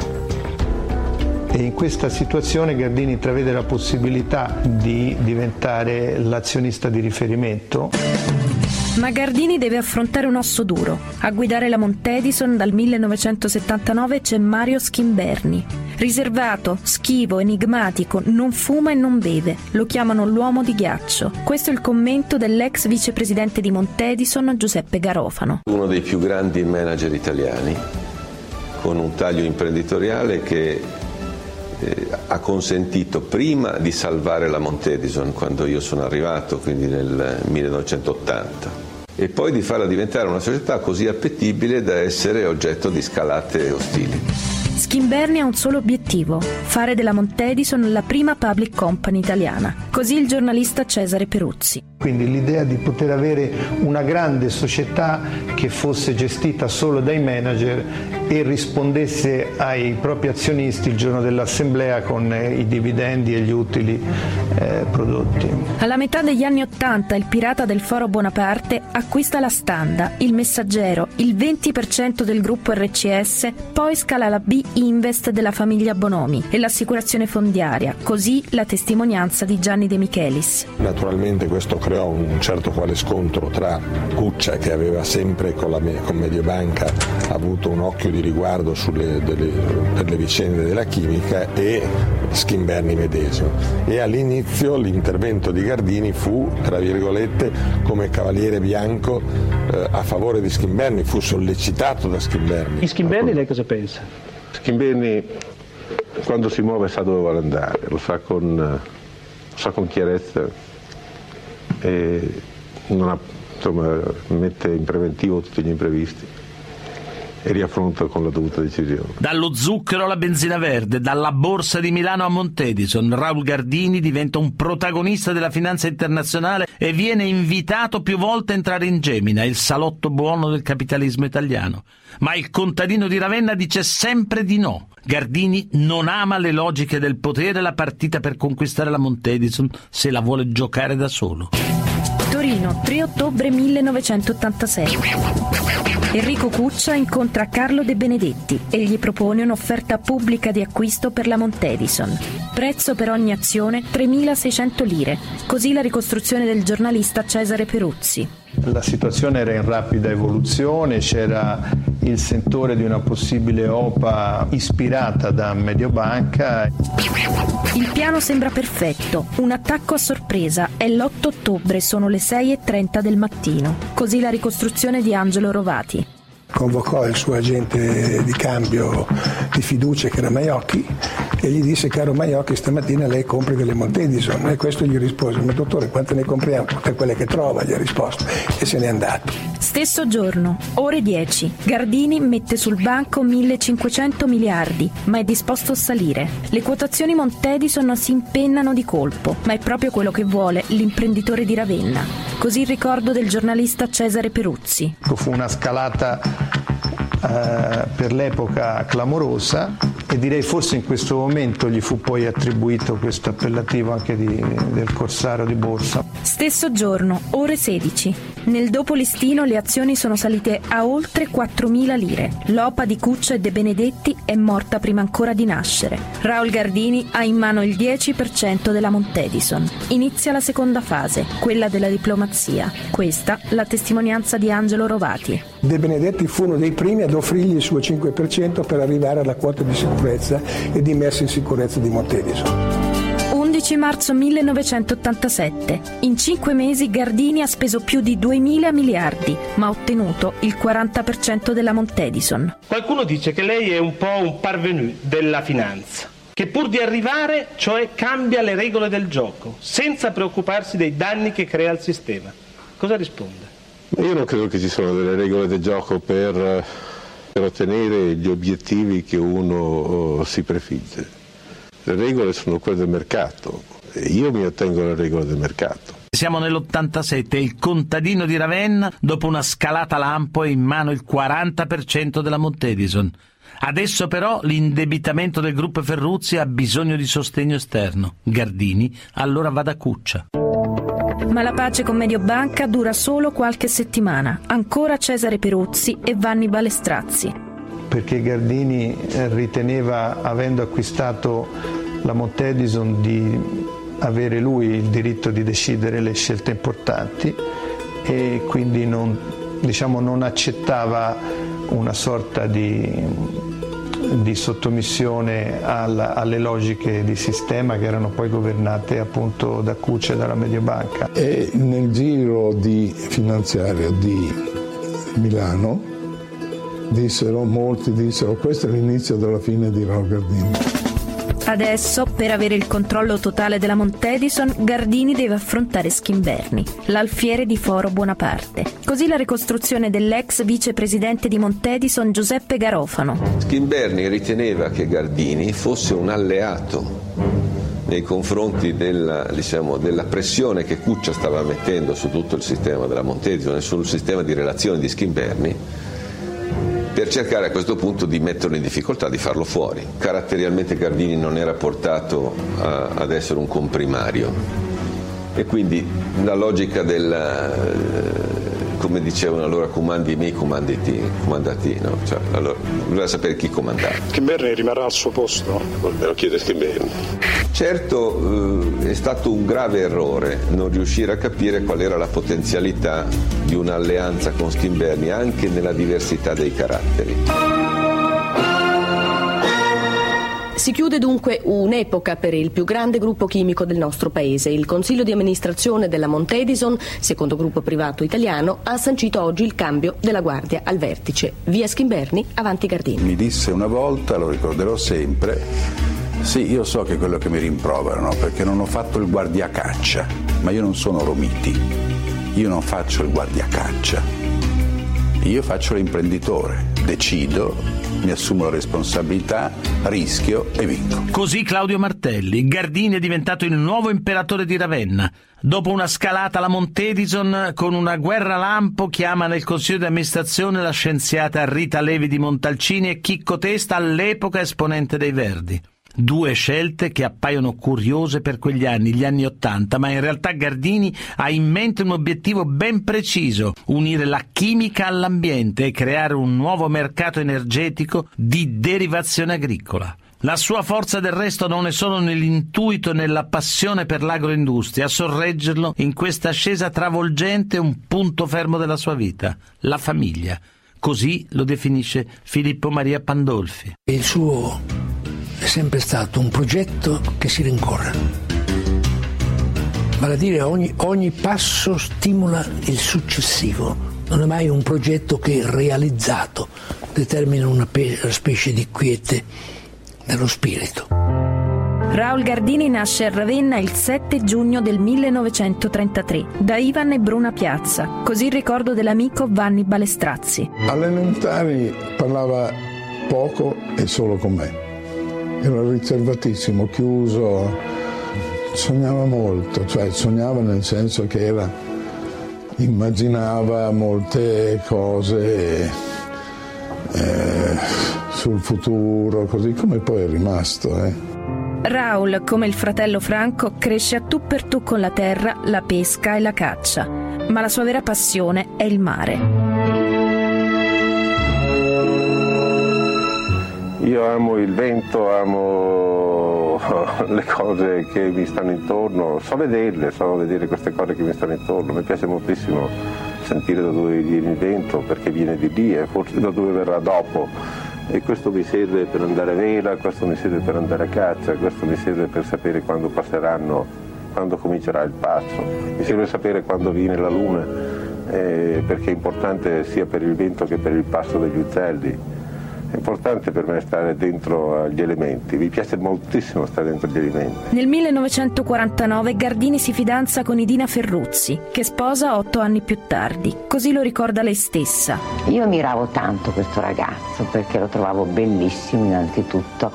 O: e in questa situazione Gardini intravede la possibilità di diventare l'azionista di riferimento.
L: Ma Gardini deve affrontare un osso duro. A guidare la Montedison dal millenovecentosettantanove c'è Mario Schimberni. Riservato, schivo, enigmatico, non fuma e non beve. Lo chiamano l'uomo di ghiaccio. Questo è il commento dell'ex vicepresidente di Montedison, Giuseppe Garofano.
P: Uno dei più grandi manager italiani, con un taglio imprenditoriale che eh, ha consentito prima di salvare la Montedison quando io sono arrivato, quindi nel millenovecentottanta, e poi di farla diventare una società così appetibile da essere oggetto di scalate ostili.
L: Schimberni ha un solo obiettivo: fare della Montedison la prima public company italiana. Così il giornalista Cesare Peruzzi.
O: Quindi l'idea di poter avere una grande società che fosse gestita solo dai manager e rispondesse ai propri azionisti il giorno dell'assemblea con eh, i dividendi e gli utili eh, prodotti.
L: Alla metà degli anni Ottanta il pirata del Foro Bonaparte acquista la Standa, il Messaggero, il venti per cento del gruppo R C S, poi scala la B Invest della famiglia Bonomi e l'assicurazione fondiaria, così la testimonianza di Gianni De Michelis.
Q: Naturalmente questo creò un certo quale scontro tra Cuccia, che aveva sempre con, la, con Mediobanca avuto un occhio di riguardo sulle, delle, per le vicende della chimica, e Schimberni medesimo. E all'inizio l'intervento di Gardini fu, tra virgolette, come cavaliere bianco eh, a favore di Schimberni, fu sollecitato da Schimberni.
K: Di Schimberni lei cosa pensa?
P: Schimberni, quando si muove, sa dove vuole andare, lo fa con, lo fa con chiarezza e non ha, insomma, mette in preventivo tutti gli imprevisti e riaffronta con la dovuta decisione.
B: Dallo zucchero alla benzina verde, dalla borsa di Milano a Montedison, Raul Gardini diventa un protagonista della finanza internazionale e viene invitato più volte a entrare in Gemina, il salotto buono del capitalismo italiano. Ma il contadino di Ravenna dice sempre di no. Gardini non ama le logiche del potere e la partita per conquistare la Montedison se la vuole giocare da solo.
L: Torino, tre ottobre millenovecentottantasei. Enrico Cuccia incontra Carlo De Benedetti e gli propone un'offerta pubblica di acquisto per la Montedison. Prezzo per ogni azione tremilaseicento lire. Così la ricostruzione del giornalista Cesare Peruzzi.
O: La situazione era in rapida evoluzione, c'era il sentore di una possibile O P A ispirata da Mediobanca.
L: Il piano sembra perfetto, un attacco a sorpresa, è l'otto ottobre, sono le sei e trenta del mattino. Così la ricostruzione di Angelo Rovati.
I: Convocò il suo agente di cambio di fiducia, che era Maiocchi, e gli disse: caro Maiocchi, stamattina lei compri delle Montedison. E questo gli rispose: ma dottore, quante ne compriamo? Tutte quelle che trova, gli ha risposto, e se n'è andato.
L: Stesso giorno, ore dieci, Gardini mette sul banco millecinquecento miliardi, ma è disposto a salire. Le quotazioni Montedison si impennano di colpo, ma è proprio quello che vuole l'imprenditore di Ravenna. Così il ricordo del giornalista Cesare Peruzzi.
O: Fu una scalata eh, per l'epoca clamorosa, e direi forse in questo momento gli fu poi attribuito questo appellativo anche di, del corsario di borsa.
L: Stesso giorno, ore sedici. Nel dopolistino le azioni sono salite a oltre quattromila lire. L'O P A di Cuccia e De Benedetti è morta prima ancora di nascere. Raul Gardini ha in mano il dieci per cento della Montedison. Inizia la seconda fase, quella della diplomazia. Questa la testimonianza di Angelo Rovati.
I: De Benedetti fu uno dei primi ad offrirgli il suo cinque per cento per arrivare alla quota di sicurezza e di messa in sicurezza di Montedison.
L: undici marzo millenovecentottantasette. In cinque mesi Gardini ha speso più di duemila miliardi, ma ha ottenuto il quaranta per cento della Montedison.
R: Qualcuno dice che lei è un po' un parvenu della finanza, che pur di arrivare, cioè, cambia le regole del gioco, senza preoccuparsi dei danni che crea al sistema. Cosa risponde?
P: Io non credo che ci siano delle regole del gioco per, per ottenere gli obiettivi che uno oh, si prefigge. Le regole sono quelle del mercato, io mi attengo alle regole del mercato.
B: Siamo nell'ottantasette e il contadino di Ravenna, dopo una scalata lampo, è in mano il quaranta per cento della Montedison. Adesso però l'indebitamento del gruppo Ferruzzi ha bisogno di sostegno esterno. Gardini allora va da Cuccia.
L: Ma la pace con Mediobanca dura solo qualche settimana. Ancora Cesare Peruzzi e Vanni Balestrazzi.
O: Perché Gardini riteneva, avendo acquistato la Montedison, di avere lui il diritto di decidere le scelte importanti e quindi non, diciamo, non accettava una sorta di, di sottomissione alla, alle logiche di sistema che erano poi governate appunto da Cuccia e dalla Mediobanca.
I: E nel giro di finanziario di Milano dissero, molti dissero, questo è l'inizio della fine di Raul Gardini.
L: Adesso, per avere il controllo totale della Montedison, Gardini deve affrontare Schimberni, l'alfiere di Foro Buonaparte. Così la ricostruzione dell'ex vicepresidente di Montedison Giuseppe Garofano.
S: Schimberni riteneva che Gardini fosse un alleato nei confronti della, diciamo, della pressione che Cuccia stava mettendo su tutto il sistema della Montedison e sul sistema di relazioni di Schimberni, per cercare a questo punto di metterlo in difficoltà, di farlo fuori. Caratterialmente Gardini non era portato a, ad essere un comprimario e quindi la logica del, come dicevano allora, comandi me, comandi te, comandati, no? Cioè, allora, bisogna sapere chi comandare.
T: Schimberni rimarrà al suo posto?
P: Me lo chiede Schimberni.
S: Certo, eh, è stato un grave errore non riuscire a capire qual era la potenzialità di un'alleanza con Schimberni anche nella diversità dei caratteri.
U: Si chiude dunque un'epoca per il più grande gruppo chimico del nostro paese. Il consiglio di amministrazione della Montedison, secondo gruppo privato italiano, ha sancito oggi il cambio della guardia al vertice. Via Schimberni, avanti Gardini.
V: Mi disse una volta, lo ricorderò sempre, sì, io so che è quello che mi rimproverano, perché non ho fatto il guardiacaccia, ma io non sono Romiti, io non faccio il guardiacaccia, io faccio l'imprenditore, decido, mi assumo la responsabilità, rischio e vinco.
B: Così Claudio Martelli. Gardini è diventato il nuovo imperatore di Ravenna. Dopo una scalata alla Montedison, con una guerra lampo, chiama nel consiglio di amministrazione la scienziata Rita Levi di Montalcini e Chicco Testa, all'epoca esponente dei Verdi. Due scelte che appaiono curiose per quegli anni, gli anni Ottanta, ma in realtà Gardini ha in mente un obiettivo ben preciso: unire la chimica all'ambiente e creare un nuovo mercato energetico di derivazione agricola. La sua forza del resto non è solo nell'intuito e nella passione per l'agroindustria. A sorreggerlo in questa ascesa travolgente un punto fermo della sua vita: la famiglia. Così lo definisce Filippo Maria Pandolfi.
H: Il suo è sempre stato un progetto che si rincorre, vale a dire ogni, ogni passo stimola il successivo, non è mai un progetto che realizzato determina una pe- specie di quiete nello spirito.
L: Raul Gardini nasce a Ravenna il sette giugno del millenovecentotrentatré da Ivan e Bruna Piazza, così il ricordo dell'amico Vanni Balestrazzi.
I: Alle elementari parlava poco e solo con me. Era riservatissimo, chiuso, sognava molto, cioè sognava nel senso che era, immaginava molte cose eh, sul futuro, così come poi è rimasto. Eh.
L: Raul, come il fratello Franco, cresce a tu per tu con la terra, la pesca e la caccia, ma la sua vera passione è il mare.
P: Io amo il vento, amo le cose che mi stanno intorno, so vederle, so vedere queste cose che mi stanno intorno. Mi piace moltissimo sentire da dove viene il vento, perché viene di lì e forse da dove verrà dopo. E questo mi serve per andare a vela, questo mi serve per andare a caccia, questo mi serve per sapere quando passeranno, quando comincerà il passo. Mi serve sapere quando viene la luna, eh, perché è importante sia per il vento che per il passo degli uccelli. È importante per me stare dentro agli elementi, mi piace moltissimo stare dentro agli elementi.
L: Nel millenovecentoquarantanove Gardini si fidanza con Idina Ferruzzi, che sposa otto anni più tardi. Così lo ricorda lei stessa.
W: Io ammiravo tanto questo ragazzo perché lo trovavo bellissimo innanzitutto,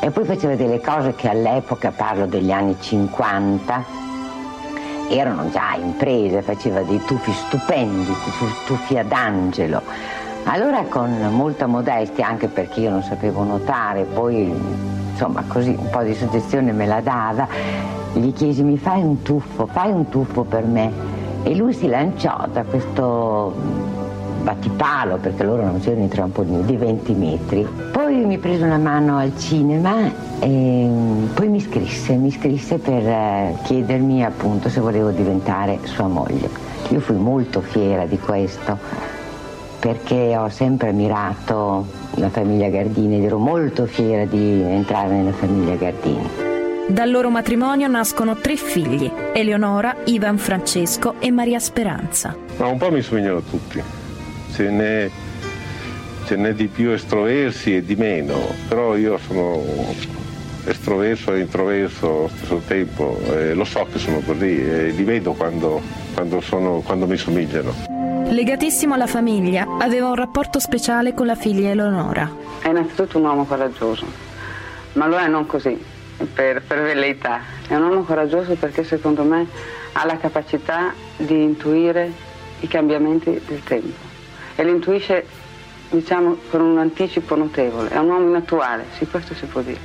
C: E poi faceva delle cose che all'epoca, parlo degli anni cinquanta, erano già imprese, faceva dei tuffi stupendi, tuffi ad angelo. Allora con molta modestia, anche perché io non sapevo nuotare, poi insomma così un po' di suggestione me la dava, gli chiesi: mi fai un tuffo, fai un tuffo per me? E lui si lanciò da questo battipalo, perché loro non c'erano i trampolini, di venti metri. Poi mi prese una mano al cinema e poi mi scrisse, mi scrisse per chiedermi appunto se volevo diventare sua moglie. Io fui molto fiera di questo, perché ho sempre ammirato la famiglia Gardini ed ero molto fiera di entrare nella famiglia Gardini.
L: Dal loro matrimonio nascono tre figli: Eleonora, Ivan Francesco e Maria Speranza.
P: Ma un po' mi somigliano tutti. Ce n'è, ce n'è di più estroversi e di meno, però io sono estroverso e introverso allo stesso tempo, e lo so che sono così e li vedo quando, quando, sono, quando mi somigliano.
L: Legatissimo alla famiglia, aveva un rapporto speciale con la figlia Eleonora.
E: È innanzitutto un uomo coraggioso, ma lo è non così, per, per velleità. È un uomo coraggioso perché secondo me ha la capacità di intuire i cambiamenti del tempo. E li intuisce, diciamo, con un anticipo notevole. È un uomo inattuale, sì, questo si può dire.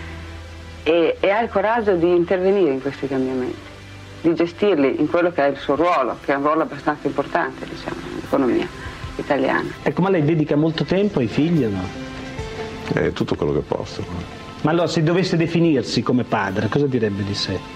E: E, e ha il coraggio di intervenire in questi cambiamenti, di gestirli in quello che è il suo ruolo, che è un ruolo abbastanza importante, diciamo, nell'economia italiana.
F: Ecco, ma lei dedica molto tempo ai figli o no?
P: È tutto quello che posso.
F: Ma allora, se dovesse definirsi come padre, cosa direbbe di sé?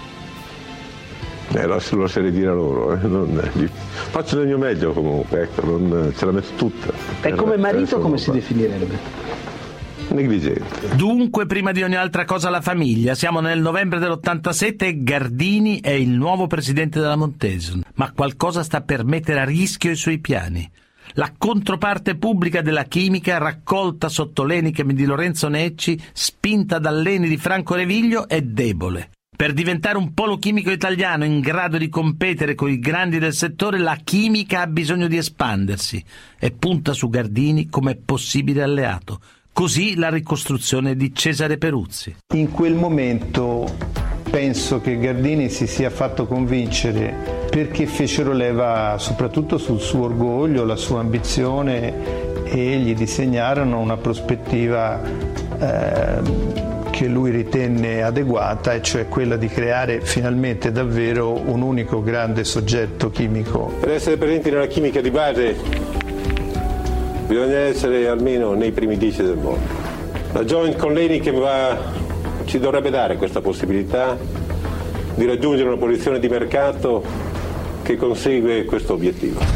P: Eh, lo, lo lascerei dire a loro, eh. non, eh, faccio del mio meglio comunque, ecco, non, ce la metto tutta.
F: E come marito come si definirebbe?
P: Negligente.
B: Dunque, prima di ogni altra cosa la famiglia. Siamo nel novembre dell'ottantasette e Gardini è il nuovo presidente della Montedison, ma qualcosa sta per mettere a rischio i suoi piani. La controparte pubblica della chimica, raccolta sotto l'enichem di Lorenzo Necci, spinta dall'Eni di Franco Reviglio, è debole. Per diventare un polo chimico italiano in grado di competere con i grandi del settore, la chimica ha bisogno di espandersi e punta su Gardini come possibile alleato. Così la ricostruzione di Cesare Peruzzi.
O: In quel momento penso che Gardini si sia fatto convincere perché fecero leva soprattutto sul suo orgoglio, la sua ambizione e gli disegnarono una prospettiva eh, che lui ritenne adeguata, e cioè quella di creare finalmente davvero un unico grande soggetto chimico.
P: Per essere presenti nella chimica di base bisogna essere almeno nei primi dieci del mondo. La joint con l'Enichem va, ci dovrebbe dare questa possibilità di raggiungere una posizione di mercato che consegue questo obiettivo.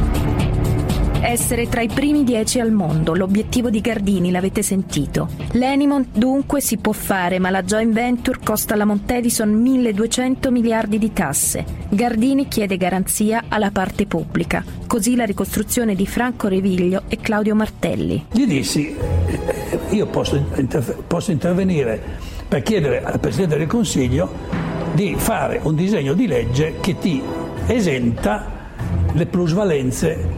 L: Essere tra i primi dieci al mondo, l'obiettivo di Gardini, l'avete sentito. L'Enimont dunque si può fare, ma la joint venture costa alla Montedison milleduecento miliardi di tasse. Gardini chiede garanzia alla parte pubblica. Così la ricostruzione di Franco Reviglio e Claudio Martelli.
H: Gli dissi, io posso, interf- posso intervenire per chiedere al Presidente del Consiglio di fare un disegno di legge che ti esenta le plusvalenze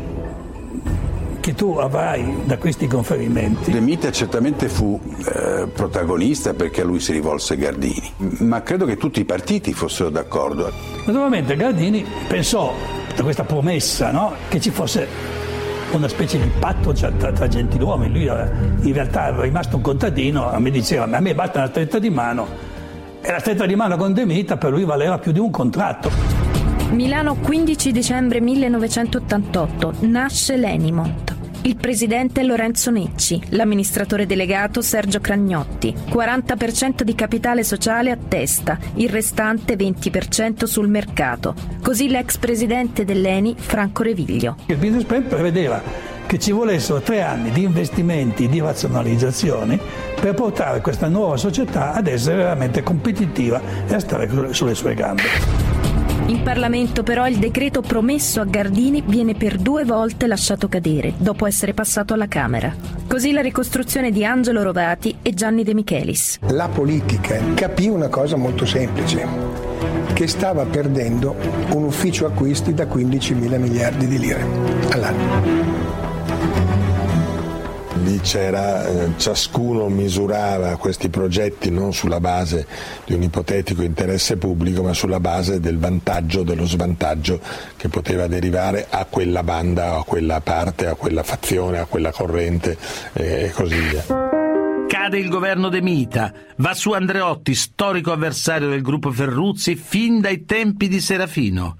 H: che tu avrai da questi conferimenti.
V: De Mita certamente fu eh, protagonista perché a lui si rivolse Gardini, ma credo che tutti i partiti fossero d'accordo.
H: Naturalmente Gardini pensò a questa promessa, no? Che ci fosse una specie di patto tra, tra gentiluomini. Lui in realtà era rimasto un contadino, mi diceva: a me basta una stretta di mano, e la stretta di mano con De Mita per lui valeva più di un contratto.
L: Milano, quindici dicembre millenovecentottantotto, nasce l'Enimont. Il presidente è Lorenzo Necci, l'amministratore delegato Sergio Cragnotti, quaranta per cento di capitale sociale a testa, il restante venti per cento sul mercato. Così l'ex presidente dell'Eni, Franco Reviglio.
H: Il business plan prevedeva che ci volessero tre anni di investimenti, di razionalizzazioni per portare questa nuova società ad essere veramente competitiva e a stare sulle sue gambe.
L: In Parlamento però il decreto promesso a Gardini viene per due volte lasciato cadere, dopo essere passato alla Camera. Così la ricostruzione di Angelo Rovati e Gianni De Michelis.
I: La politica capì una cosa molto semplice, che stava perdendo un ufficio acquisti da quindicimila miliardi di lire all'anno.
Q: lì c'era, eh, ciascuno misurava questi progetti non sulla base di un ipotetico interesse pubblico, ma sulla base del vantaggio, dello svantaggio che poteva derivare a quella banda, a quella parte, a quella fazione, a quella corrente eh, e così via.
B: Cade il governo De Mita, va su Andreotti, storico avversario del gruppo Ferruzzi fin dai tempi di Serafino.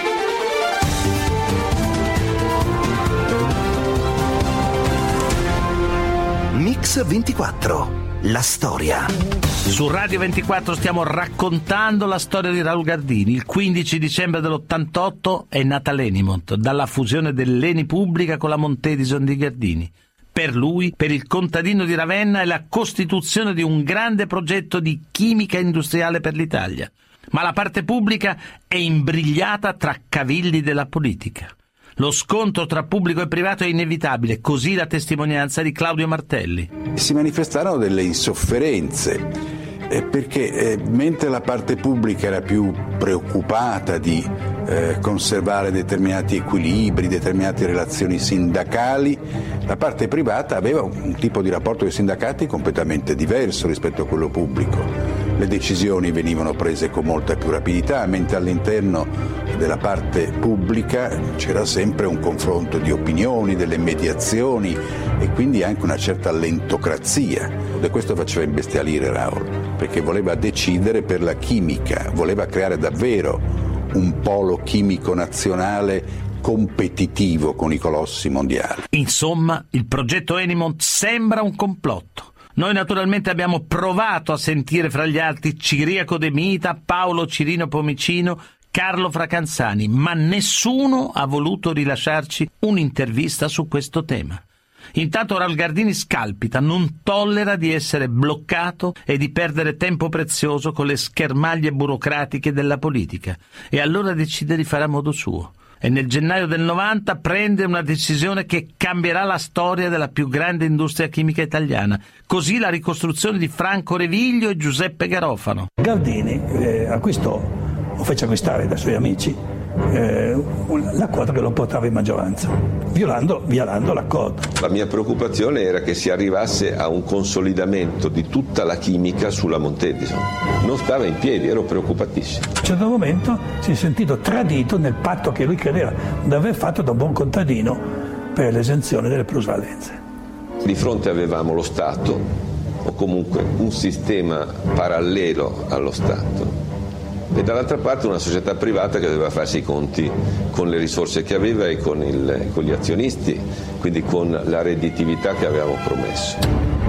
A: Mix ventiquattro, la storia.
B: Su Radio ventiquattro stiamo raccontando la storia di Raul Gardini. Il quindici dicembre dell'ottantotto è nata l'Enimont, dalla fusione dell'Eni Pubblica con la Montedison di Gardini. Per lui, per il contadino di Ravenna, è la costituzione di un grande progetto di chimica industriale per l'Italia. Ma la parte pubblica è imbrigliata tra cavilli della politica. Lo scontro tra pubblico e privato è inevitabile, così la testimonianza di Claudio Martelli.
V: Si manifestarono delle insofferenze, eh, perché eh, mentre la parte pubblica era più preoccupata di eh, conservare determinati equilibri, determinate relazioni sindacali, la parte privata aveva un, un tipo di rapporto con i sindacati completamente diverso rispetto a quello pubblico. Le decisioni venivano prese con molta più rapidità, mentre all'interno della parte pubblica c'era sempre un confronto di opinioni, delle mediazioni e quindi anche una certa lentocrazia. E questo faceva imbestialire Raul, perché voleva decidere per la chimica, voleva creare davvero un polo chimico nazionale competitivo con i colossi mondiali.
B: Insomma, il progetto Enimont sembra un complotto. Noi naturalmente abbiamo provato a sentire fra gli altri Ciriaco De Mita, Paolo Cirino Pomicino, Carlo Fracanzani, ma nessuno ha voluto rilasciarci un'intervista su questo tema. Intanto Raul Gardini scalpita, non tollera di essere bloccato e di perdere tempo prezioso con le schermaglie burocratiche della politica, e allora decide di fare a modo suo. E nel gennaio del novanta prende una decisione che cambierà la storia della più grande industria chimica italiana. Così la ricostruzione di Franco Reviglio e Giuseppe Garofano.
H: Gardini eh, acquistò, o fece acquistare dai suoi amici, eh, l'accordo che lo portava in maggioranza, violando, violando l'accordo.
S: La mia preoccupazione era che si arrivasse a un consolidamento di tutta la chimica sulla Montedison. Non stava in piedi, ero preoccupatissimo.
H: A un certo momento si è sentito tradito nel patto che lui credeva di aver fatto da buon contadino per l'esenzione delle plusvalenze.
S: Di fronte avevamo lo Stato, o comunque un sistema parallelo allo Stato, e dall'altra parte una società privata che doveva farsi i conti con le risorse che aveva e con, il, con gli azionisti, quindi con la redditività che avevamo promesso.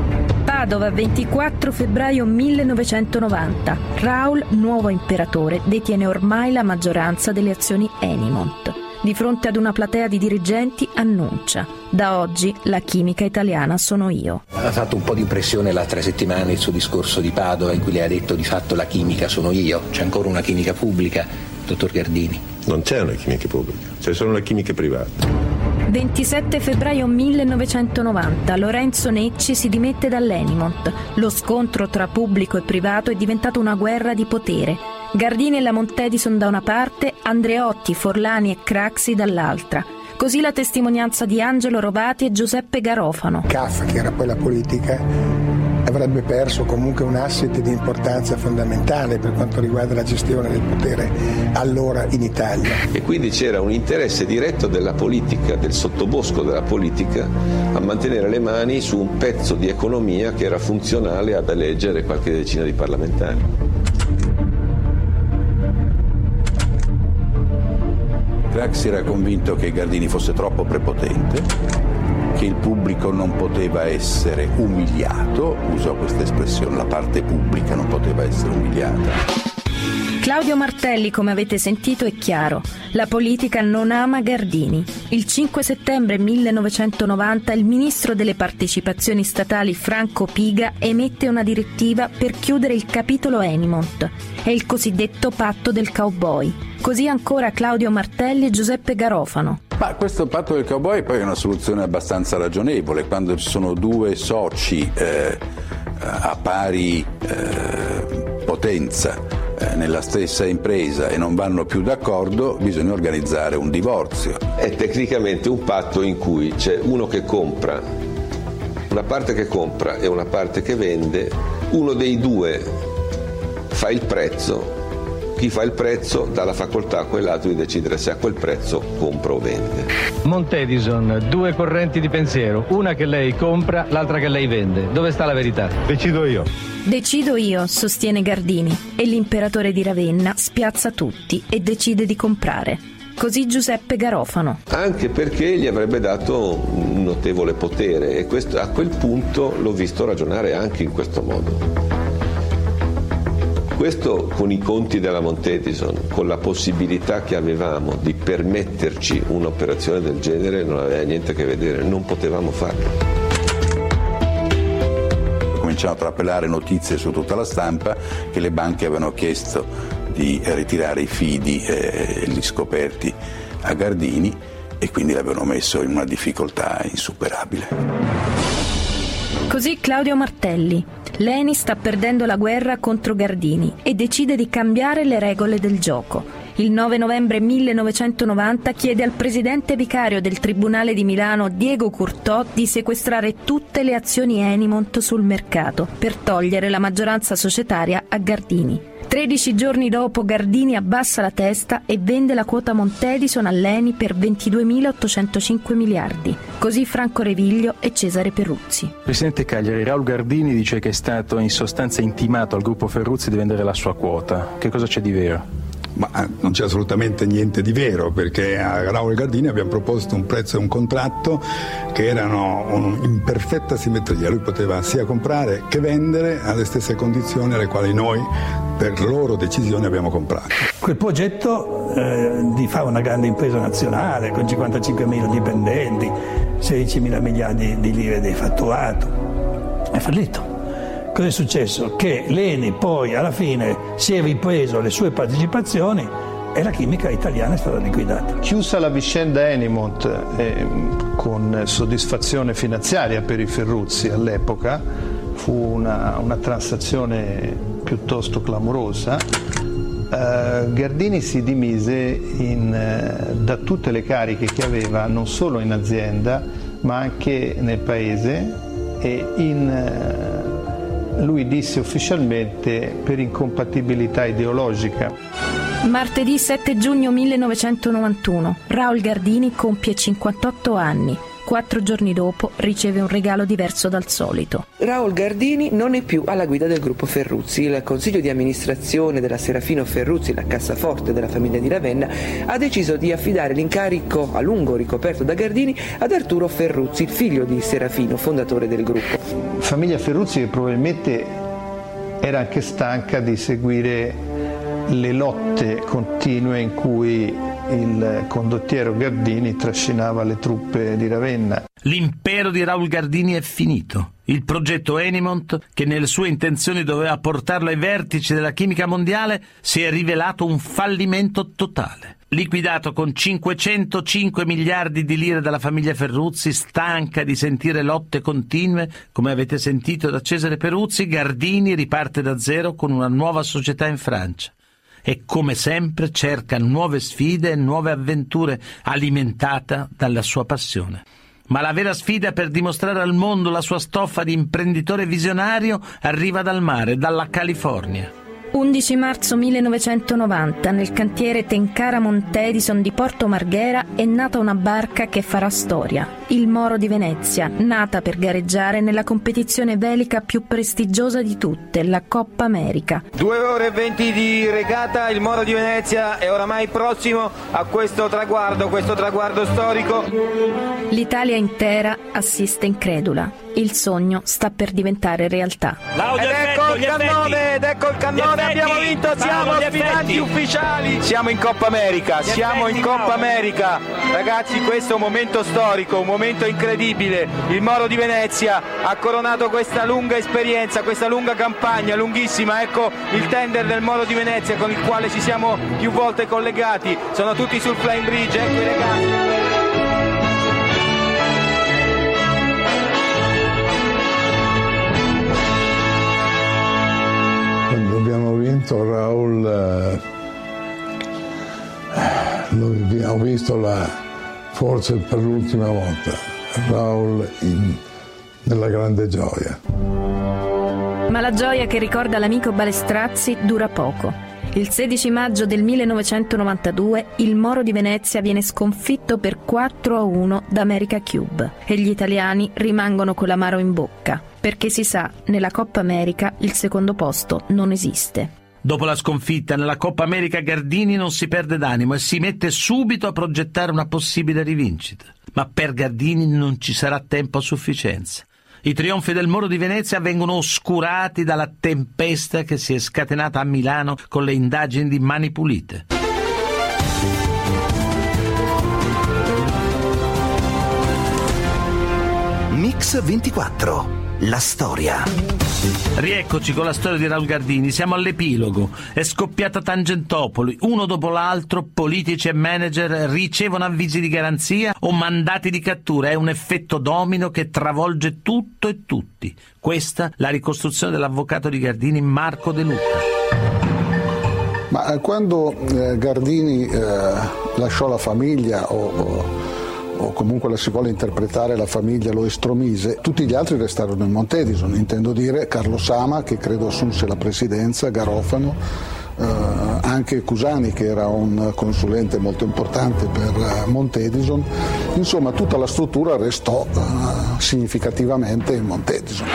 L: Padova, ventiquattro febbraio millenovecentonovanta. Raul, nuovo imperatore, detiene ormai la maggioranza delle azioni Enimont. Di fronte ad una platea di dirigenti annuncia: da oggi la chimica italiana sono io.
D: Ha fatto un po' di impressione l'altra settimana il suo discorso di Padova, in cui lei ha detto di fatto la chimica sono io. C'è ancora una chimica pubblica, dottor Gardini?
P: Non c'è una chimica pubblica, c'è solo una chimica privata.
L: ventisette febbraio millenovecentonovanta. Lorenzo Necci si dimette dall'Enimont. Lo scontro tra pubblico e privato è diventato una guerra di potere. Gardini e la Montedison da una parte, Andreotti, Forlani e Craxi dall'altra. Così la testimonianza di Angelo Rovati e Giuseppe Garofano.
I: C A F, che era poi la politica, avrebbe perso comunque un asset di importanza fondamentale per quanto riguarda la gestione del potere allora in Italia.
S: E quindi c'era un interesse diretto della politica, del sottobosco della politica, a mantenere le mani su un pezzo di economia che era funzionale ad eleggere qualche decina di parlamentari.
V: Craxi era convinto che Gardini fosse troppo prepotente, che il pubblico non poteva essere umiliato, usò questa espressione, la parte pubblica non poteva essere umiliata.
L: Claudio Martelli, come avete sentito, è chiaro. La politica non ama Gardini. Il cinque settembre millenovecentonovanta il ministro delle partecipazioni statali Franco Piga emette una direttiva per chiudere il capitolo Enimont. È il cosiddetto patto del cowboy. Così ancora Claudio Martelli e Giuseppe Garofano.
V: Ma questo patto del cowboy poi è una soluzione abbastanza ragionevole. Quando ci sono due soci eh, a pari eh, potenza nella stessa impresa e non vanno più d'accordo, bisogna organizzare un divorzio.
S: È tecnicamente un patto in cui c'è uno che compra una parte che compra e una parte che vende, uno dei due fa il prezzo. Chi fa il prezzo dà la facoltà a quell'altro di decidere se a quel prezzo compra o vende.
G: Montedison, due correnti di pensiero, una che lei compra, l'altra che lei vende. Dove sta la verità? Decido io.
L: Decido io, sostiene Gardini, e l'imperatore di Ravenna spiazza tutti e decide di comprare. Così Giuseppe Garofano.
S: Anche perché gli avrebbe dato un notevole potere e questo, a quel punto l'ho visto ragionare anche in questo modo. Questo con i conti della Montedison, con la possibilità che avevamo di permetterci un'operazione del genere, non aveva niente a che vedere, non potevamo farlo.
V: Cominciano a trapelare notizie su tutta la stampa che le banche avevano chiesto di ritirare i fidi e eh, gli scoperti a Gardini e quindi l'avevano messo in una difficoltà insuperabile.
L: Così Claudio Martelli. L'Eni sta perdendo la guerra contro Gardini e decide di cambiare le regole del gioco. Il nove novembre millenovecentonovanta chiede al presidente vicario del Tribunale di Milano, Diego Curtò, di sequestrare tutte le azioni Enimont sul mercato per togliere la maggioranza societaria a Gardini. tredici giorni dopo Gardini abbassa la testa e vende la quota Montedison all'Eni per ventiduemilaottocentocinque miliardi. Così Franco Reviglio e Cesare Perruzzi.
J: Presidente Cagliari, Raul Gardini dice che è stato in sostanza intimato al gruppo Ferruzzi di vendere la sua quota. Che cosa c'è di vero?
W: Ma non c'è assolutamente niente di vero, perché a Raul Gardini abbiamo proposto un prezzo e un contratto che erano in perfetta simmetria. Lui poteva sia comprare che vendere alle stesse condizioni alle quali noi per loro decisione abbiamo comprato.
H: Quel progetto eh, di fare una grande impresa nazionale con cinquantacinquemila dipendenti, sedicimila miliardi di lire di fatturato è fallito. Cosa è successo? Che l'Eni poi alla fine si è ripreso le sue partecipazioni e la chimica italiana è stata liquidata.
O: Chiusa la vicenda Enimont eh, con soddisfazione finanziaria per i Ferruzzi all'epoca, fu una, una transazione piuttosto clamorosa, eh, Gardini si dimise in, eh, da tutte le cariche che aveva non solo in azienda ma anche nel paese e in... Eh, lui disse ufficialmente per incompatibilità ideologica.
L: Martedì sette giugno millenovecentonovantuno, Raul Gardini compie cinquantotto anni. Quattro giorni dopo riceve un regalo diverso dal solito.
X: Raul Gardini non è più alla guida del gruppo Ferruzzi. Il consiglio di amministrazione della Serafino Ferruzzi, la cassaforte della famiglia di Ravenna, ha deciso di affidare l'incarico a lungo ricoperto da Gardini ad Arturo Ferruzzi, figlio di Serafino, fondatore del gruppo.
O: Famiglia Ferruzzi che probabilmente era anche stanca di seguire le lotte continue in cui il condottiero Gardini trascinava le truppe di Ravenna.
B: L'impero di Raul Gardini è finito. Il progetto Enimont, che nelle sue intenzioni doveva portarlo ai vertici della chimica mondiale, si è rivelato un fallimento totale. Liquidato con cinquecentocinque miliardi di lire dalla famiglia Ferruzzi, stanca di sentire lotte continue, come avete sentito da Cesare Perruzzi, Gardini riparte da zero con una nuova società in Francia. E come sempre cerca nuove sfide e nuove avventure, alimentata dalla sua passione. Ma la vera sfida per dimostrare al mondo la sua stoffa di imprenditore visionario arriva dal mare, dalla California.
L: undici marzo millenovecentonovanta, nel cantiere Tenkara Montedison di Porto Marghera è nata una barca che farà storia, il Moro di Venezia, nata per gareggiare nella competizione velica più prestigiosa di tutte, la Coppa America.
Y: Due ore e venti di regata, il Moro di Venezia è oramai prossimo a questo traguardo, questo traguardo storico.
L: L'Italia intera assiste incredula. Il sogno sta per diventare realtà.
Y: Ed ecco il cannone, ed ecco il cannone, abbiamo vinto, siamo sfidanti ufficiali. Siamo in Coppa America, siamo in Coppa America. Ragazzi, questo è un momento storico, un momento incredibile. Il Moro di Venezia ha coronato questa lunga esperienza, questa lunga campagna, lunghissima. Ecco il tender del Moro di Venezia con il quale ci siamo più volte collegati. Sono tutti sul Flying Bridge, ecco i ragazzi.
Z: Abbiamo vinto Raul, eh, ho visto la, forse per l'ultima volta Raul in, della grande gioia.
L: Ma la gioia che ricorda l'amico Balestrazzi dura poco. Il sedici maggio del millenovecentonovantadue il Moro di Venezia viene sconfitto per quattro a uno da America Cube e gli italiani rimangono con l'amaro in bocca, perché si sa, nella Coppa America il secondo posto non esiste.
B: Dopo la sconfitta nella Coppa America Gardini non si perde d'animo e si mette subito a progettare una possibile rivincita. Ma per Gardini non ci sarà tempo a sufficienza. I trionfi del Moro di Venezia vengono oscurati dalla tempesta che si è scatenata a Milano con le indagini di Mani Pulite.
A: Mix ventiquattro, la storia.
B: Rieccoci con la storia di Raul Gardini, siamo all'epilogo. È scoppiata Tangentopoli, uno dopo l'altro politici e manager ricevono avvisi di garanzia o mandati di cattura. È un effetto domino che travolge tutto e tutti. Questa la ricostruzione dell'avvocato di Gardini, Marco De Luca.
W: Ma quando eh, Gardini eh, lasciò la famiglia o... o... o comunque la si vuole interpretare, la famiglia lo estromise, tutti gli altri restarono in Montedison, intendo dire Carlo Sama, che credo assunse la presidenza, Garofano, eh, anche Cusani, che era un consulente molto importante per Montedison. Insomma, tutta la struttura restò eh, significativamente in Montedison.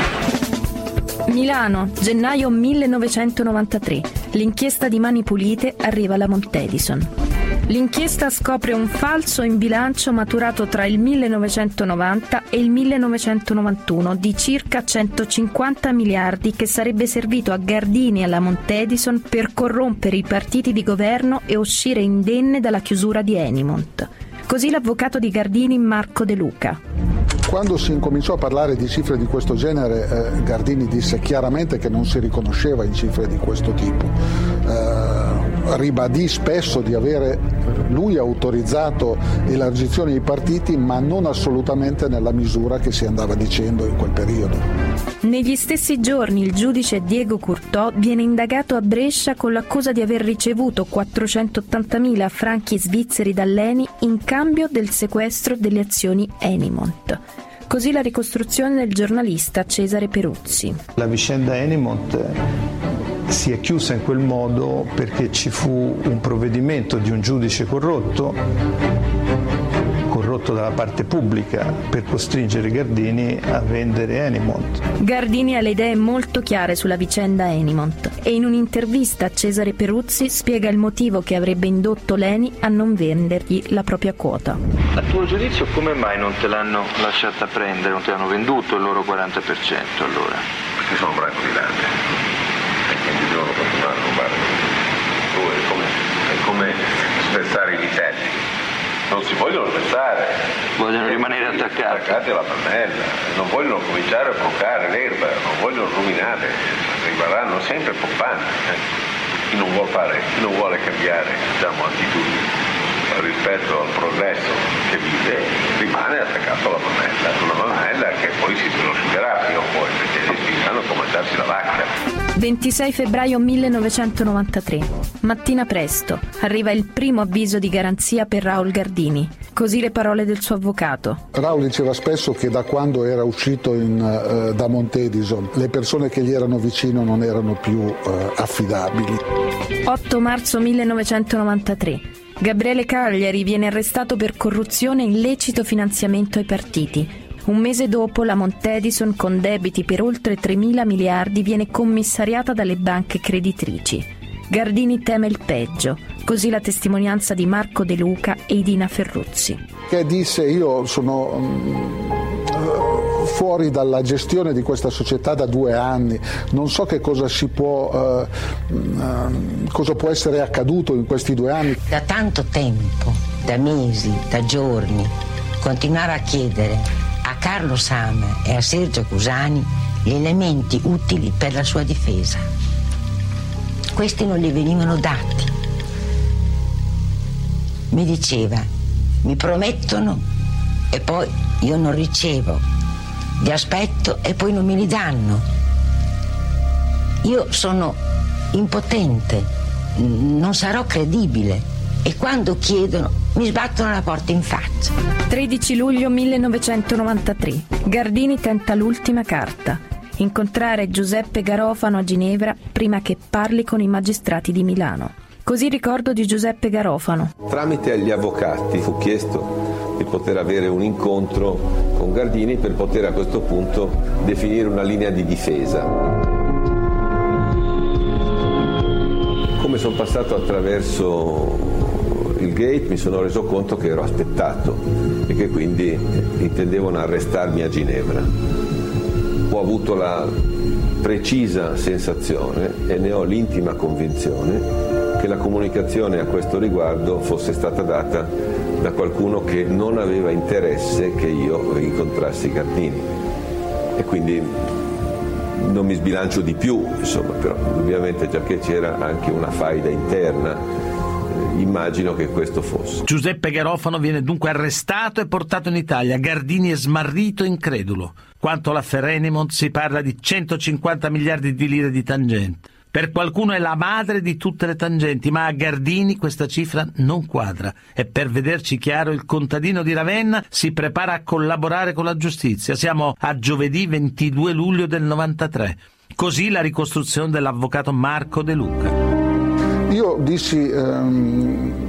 L: Milano, gennaio millenovecentonovantatré. L'inchiesta di Mani Pulite arriva alla Montedison. L'inchiesta scopre un falso in bilancio maturato tra il millenovecentonovanta e il millenovecentonovantuno di circa centocinquanta miliardi che sarebbe servito a Gardini e alla Montedison per corrompere i partiti di governo e uscire indenne dalla chiusura di Enimont. Così l'avvocato di Gardini, Marco De Luca.
W: Quando si incominciò a parlare di cifre di questo genere, eh, Gardini disse chiaramente che non si riconosceva in cifre di questo tipo. Eh, ribadì spesso di avere lui autorizzato elargizioni ai partiti, ma non assolutamente nella misura che si andava dicendo in quel periodo.
L: Negli stessi giorni il giudice Diego Curtò viene indagato a Brescia con l'accusa di aver ricevuto quattrocentottantamila franchi svizzeri dall'Eni in cambio del sequestro delle azioni Enimont. Così la ricostruzione del giornalista Cesare Peruzzi.
O: La vicenda Enimont si è chiusa in quel modo perché ci fu un provvedimento di un giudice corrotto, corrotto dalla parte pubblica, per costringere Gardini a vendere Enimont.
L: Gardini ha le idee molto chiare sulla vicenda Enimont e in un'intervista a Cesare Peruzzi spiega il motivo che avrebbe indotto l'Eni a non vendergli la propria quota.
G: A tuo giudizio come mai non te l'hanno lasciata prendere, non te l'hanno venduto il loro quaranta per cento allora?
P: Perché sono branco di latte. Quindi devono continuare a rubare. È come, è come spezzare i vitelli. Non si vogliono spezzare.
G: Vogliono rimanere attaccati.
P: Attaccati alla pannella. Non vogliono cominciare a procare l'erba, non vogliono ruminare. Rimarranno sempre poppanti. Eh. Chi non vuole fare, chi non vuole cambiare, diciamo, attitudini rispetto al progresso che vive, rimane attaccato alla pannella. Una pannella che poi si prosciugherà prima o poi, perché finiranno a mangiarsi la vacca.
L: ventisei febbraio millenovecentonovantatré. Mattina presto arriva il primo avviso di garanzia per Raul Gardini. Così le parole del suo avvocato.
W: Raul diceva spesso che da quando era uscito in, uh, da Montedison le persone che gli erano vicino non erano più uh, affidabili.
L: otto marzo millenovecentonovantatré. Gabriele Cagliari viene arrestato per corruzione e illecito finanziamento ai partiti. Un mese dopo la Montedison, con debiti per oltre tremila miliardi, viene commissariata dalle banche creditrici. Gardini teme il peggio, così la testimonianza di Marco De Luca e Idina Ferruzzi.
W: Che disse: io sono um, fuori dalla gestione di questa società da due anni, non so che cosa si può, uh, uh, cosa può essere accaduto in questi due anni.
C: Da tanto tempo, da mesi, da giorni, continuare a chiedere a Carlo Sama e a Sergio Cusani gli elementi utili per la sua difesa. Questi non gli venivano dati. Mi diceva: mi promettono e poi io non ricevo, li aspetto e poi non me li danno. Io sono impotente, non sarò credibile. e quando chiedono mi sbattono la porta in faccia.
L: tredici luglio millenovecentonovantatré. Gardini tenta l'ultima carta: incontrare Giuseppe Garofano a Ginevra prima che parli con i magistrati di Milano. Così ricordo di Giuseppe Garofano.
S: Tramite gli avvocati fu chiesto di poter avere un incontro con Gardini per poter a questo punto definire una linea di difesa. Come sono passato attraverso il gate mi sono reso conto che ero aspettato e che quindi intendevano arrestarmi a Ginevra. Ho avuto la precisa sensazione e ne ho l'intima convinzione che la comunicazione a questo riguardo fosse stata data da qualcuno che non aveva interesse che io incontrassi Gardini e quindi non mi sbilancio di più, insomma, però ovviamente già che c'era anche una faida interna, eh, immagino che questo fosse.
B: Giuseppe Garofano viene dunque arrestato e portato in Italia. Gardini è smarrito e incredulo. Quanto alla Ferenimont si parla di centocinquanta miliardi di lire di tangente. Per qualcuno è la madre di tutte le tangenti, ma a Gardini questa cifra non quadra e per vederci chiaro il contadino di Ravenna si prepara a collaborare con la giustizia. Siamo a giovedì ventidue luglio del novantatré. Così la ricostruzione dell'avvocato Marco De Luca.
K: Io dissi ehm,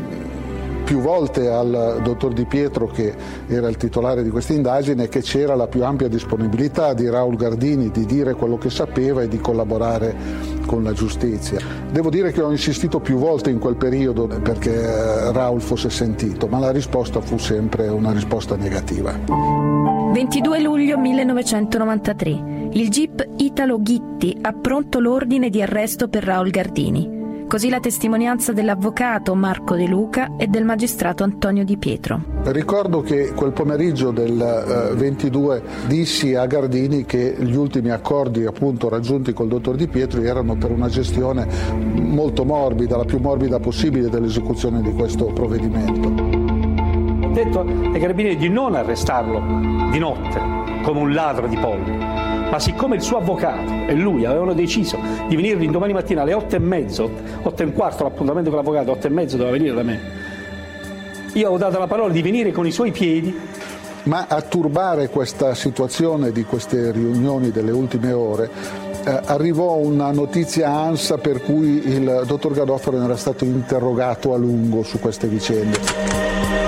K: più volte al dottor Di Pietro, che era il titolare di questa indagine, che c'era la più ampia disponibilità di Raul Gardini di dire quello che sapeva e di collaborare con la giustizia. Devo dire che ho insistito più volte in quel periodo perché Raul fosse sentito, ma la risposta fu sempre una risposta negativa.
L: ventidue luglio millenovecentonovantatré. Il Jeep Italo Ghitti ha pronto l'ordine di arresto per Raul Gardini. Così la testimonianza dell'avvocato Marco De Luca e del magistrato Antonio Di Pietro.
K: Ricordo che quel pomeriggio del ventidue dissi a Gardini che gli ultimi accordi appunto raggiunti col dottor Di Pietro erano per una gestione molto morbida, la più morbida possibile dell'esecuzione di questo provvedimento.
H: Ho detto ai carabinieri di non arrestarlo di notte come un ladro di polli, ma siccome il suo avvocato e lui avevano deciso di venire l'indomani mattina alle otto e mezzo, otto e un quarto l'appuntamento con l'avvocato, otto e mezzo doveva venire da me, io avevo dato la parola di venire con i suoi piedi.
K: Ma a turbare questa situazione di queste riunioni delle ultime ore eh, arrivò una notizia ANSA per cui il dottor Garofano era stato interrogato a lungo su queste vicende.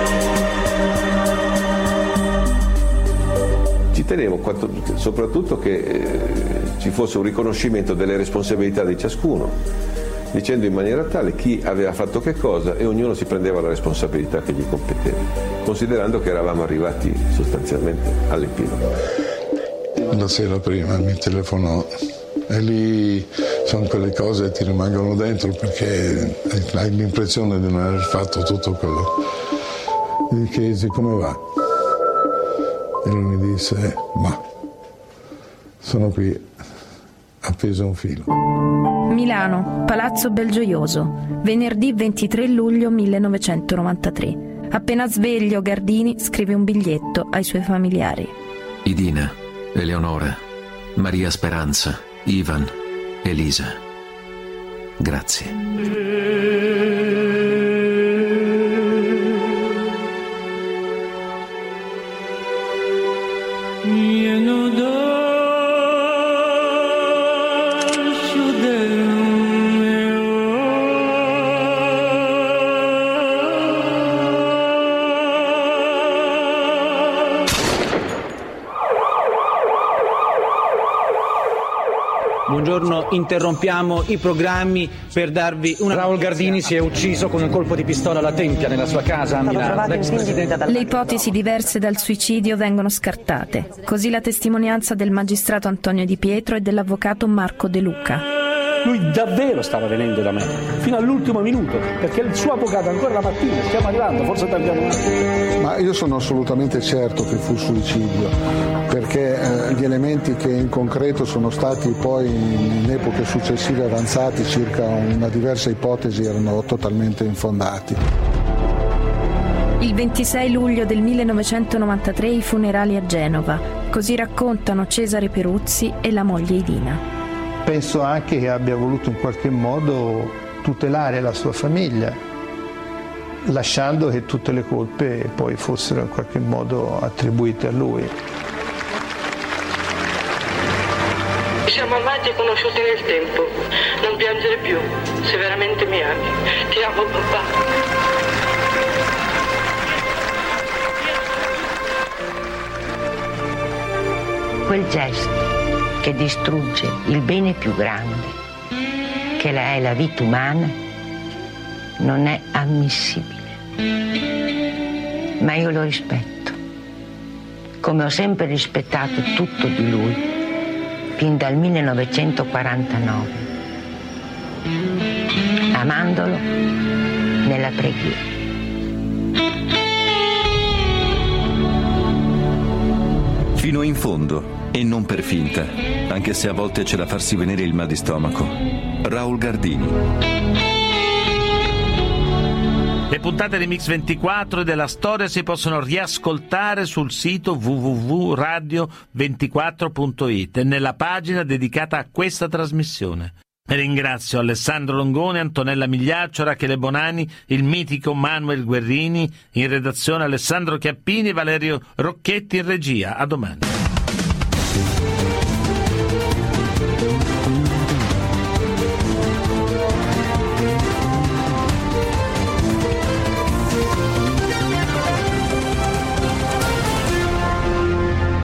S: Ci tenevo soprattutto che eh, ci fosse un riconoscimento delle responsabilità di ciascuno, dicendo in maniera tale chi aveva fatto che cosa e ognuno si prendeva la responsabilità che gli competeva, considerando che eravamo arrivati sostanzialmente all'epilogo.
Z: La sera prima mi telefonò e lì sono quelle cose che ti rimangono dentro perché hai l'impressione di non aver fatto tutto quello. Gli chiesi come va. E lui mi disse, ma sono qui appeso a un filo.
L: Milano, Palazzo Belgioioso, venerdì ventitré luglio millenovecentonovantatré. Appena sveglio, Gardini scrive un biglietto ai suoi familiari.
M: Idina, Eleonora, Maria Speranza, Ivan, Elisa. Grazie.
N: Buongiorno, interrompiamo i programmi per darvi una...
H: Raul Gardini si è ucciso con un colpo di pistola alla tempia nella sua casa a Milano.
L: Le ipotesi diverse dal suicidio vengono scartate. Così la testimonianza del magistrato Antonio Di Pietro e dell'avvocato Marco De Luca.
H: Lui davvero stava venendo da me, fino all'ultimo minuto, perché il suo avvocato ancora la mattina, stiamo arrivando, forse tardiamo un attimo.
K: Ma io sono assolutamente certo che fu suicidio, perché eh, gli elementi che in concreto sono stati poi in epoche successive avanzati circa una diversa ipotesi erano totalmente infondati.
L: Il ventisei luglio del millenovecentonovantatré i funerali a Genova. Così raccontano Cesare Peruzzi e la moglie Idina.
R: Penso anche che abbia voluto in qualche modo tutelare la sua famiglia
O: lasciando che tutte le colpe poi fossero in qualche modo attribuite a lui.
E: Ci siamo amati e conosciuti nel tempo. Non piangere più, se veramente mi ami. Ti amo, papà.
C: Quel gesto che distrugge il bene più grande, che è la vita umana, non è ammissibile. Ma io lo rispetto, come ho sempre rispettato tutto di lui, fin dal millenovecentoquarantanove, amandolo nella preghiera.
F: Fino in fondo, e non per finta, anche se a volte c'è da farsi venire il mal di stomaco. Raul Gardini.
B: Le puntate di Mix ventiquattro e della storia si possono riascoltare sul sito w w w punto radio ventiquattro punto i t e nella pagina dedicata a questa trasmissione. Ringrazio Alessandro Longone, Antonella Migliaccio, Rachele Bonani, il mitico Manuel Guerrini, in redazione Alessandro Chiappini e Valerio Rocchetti in regia. A domani.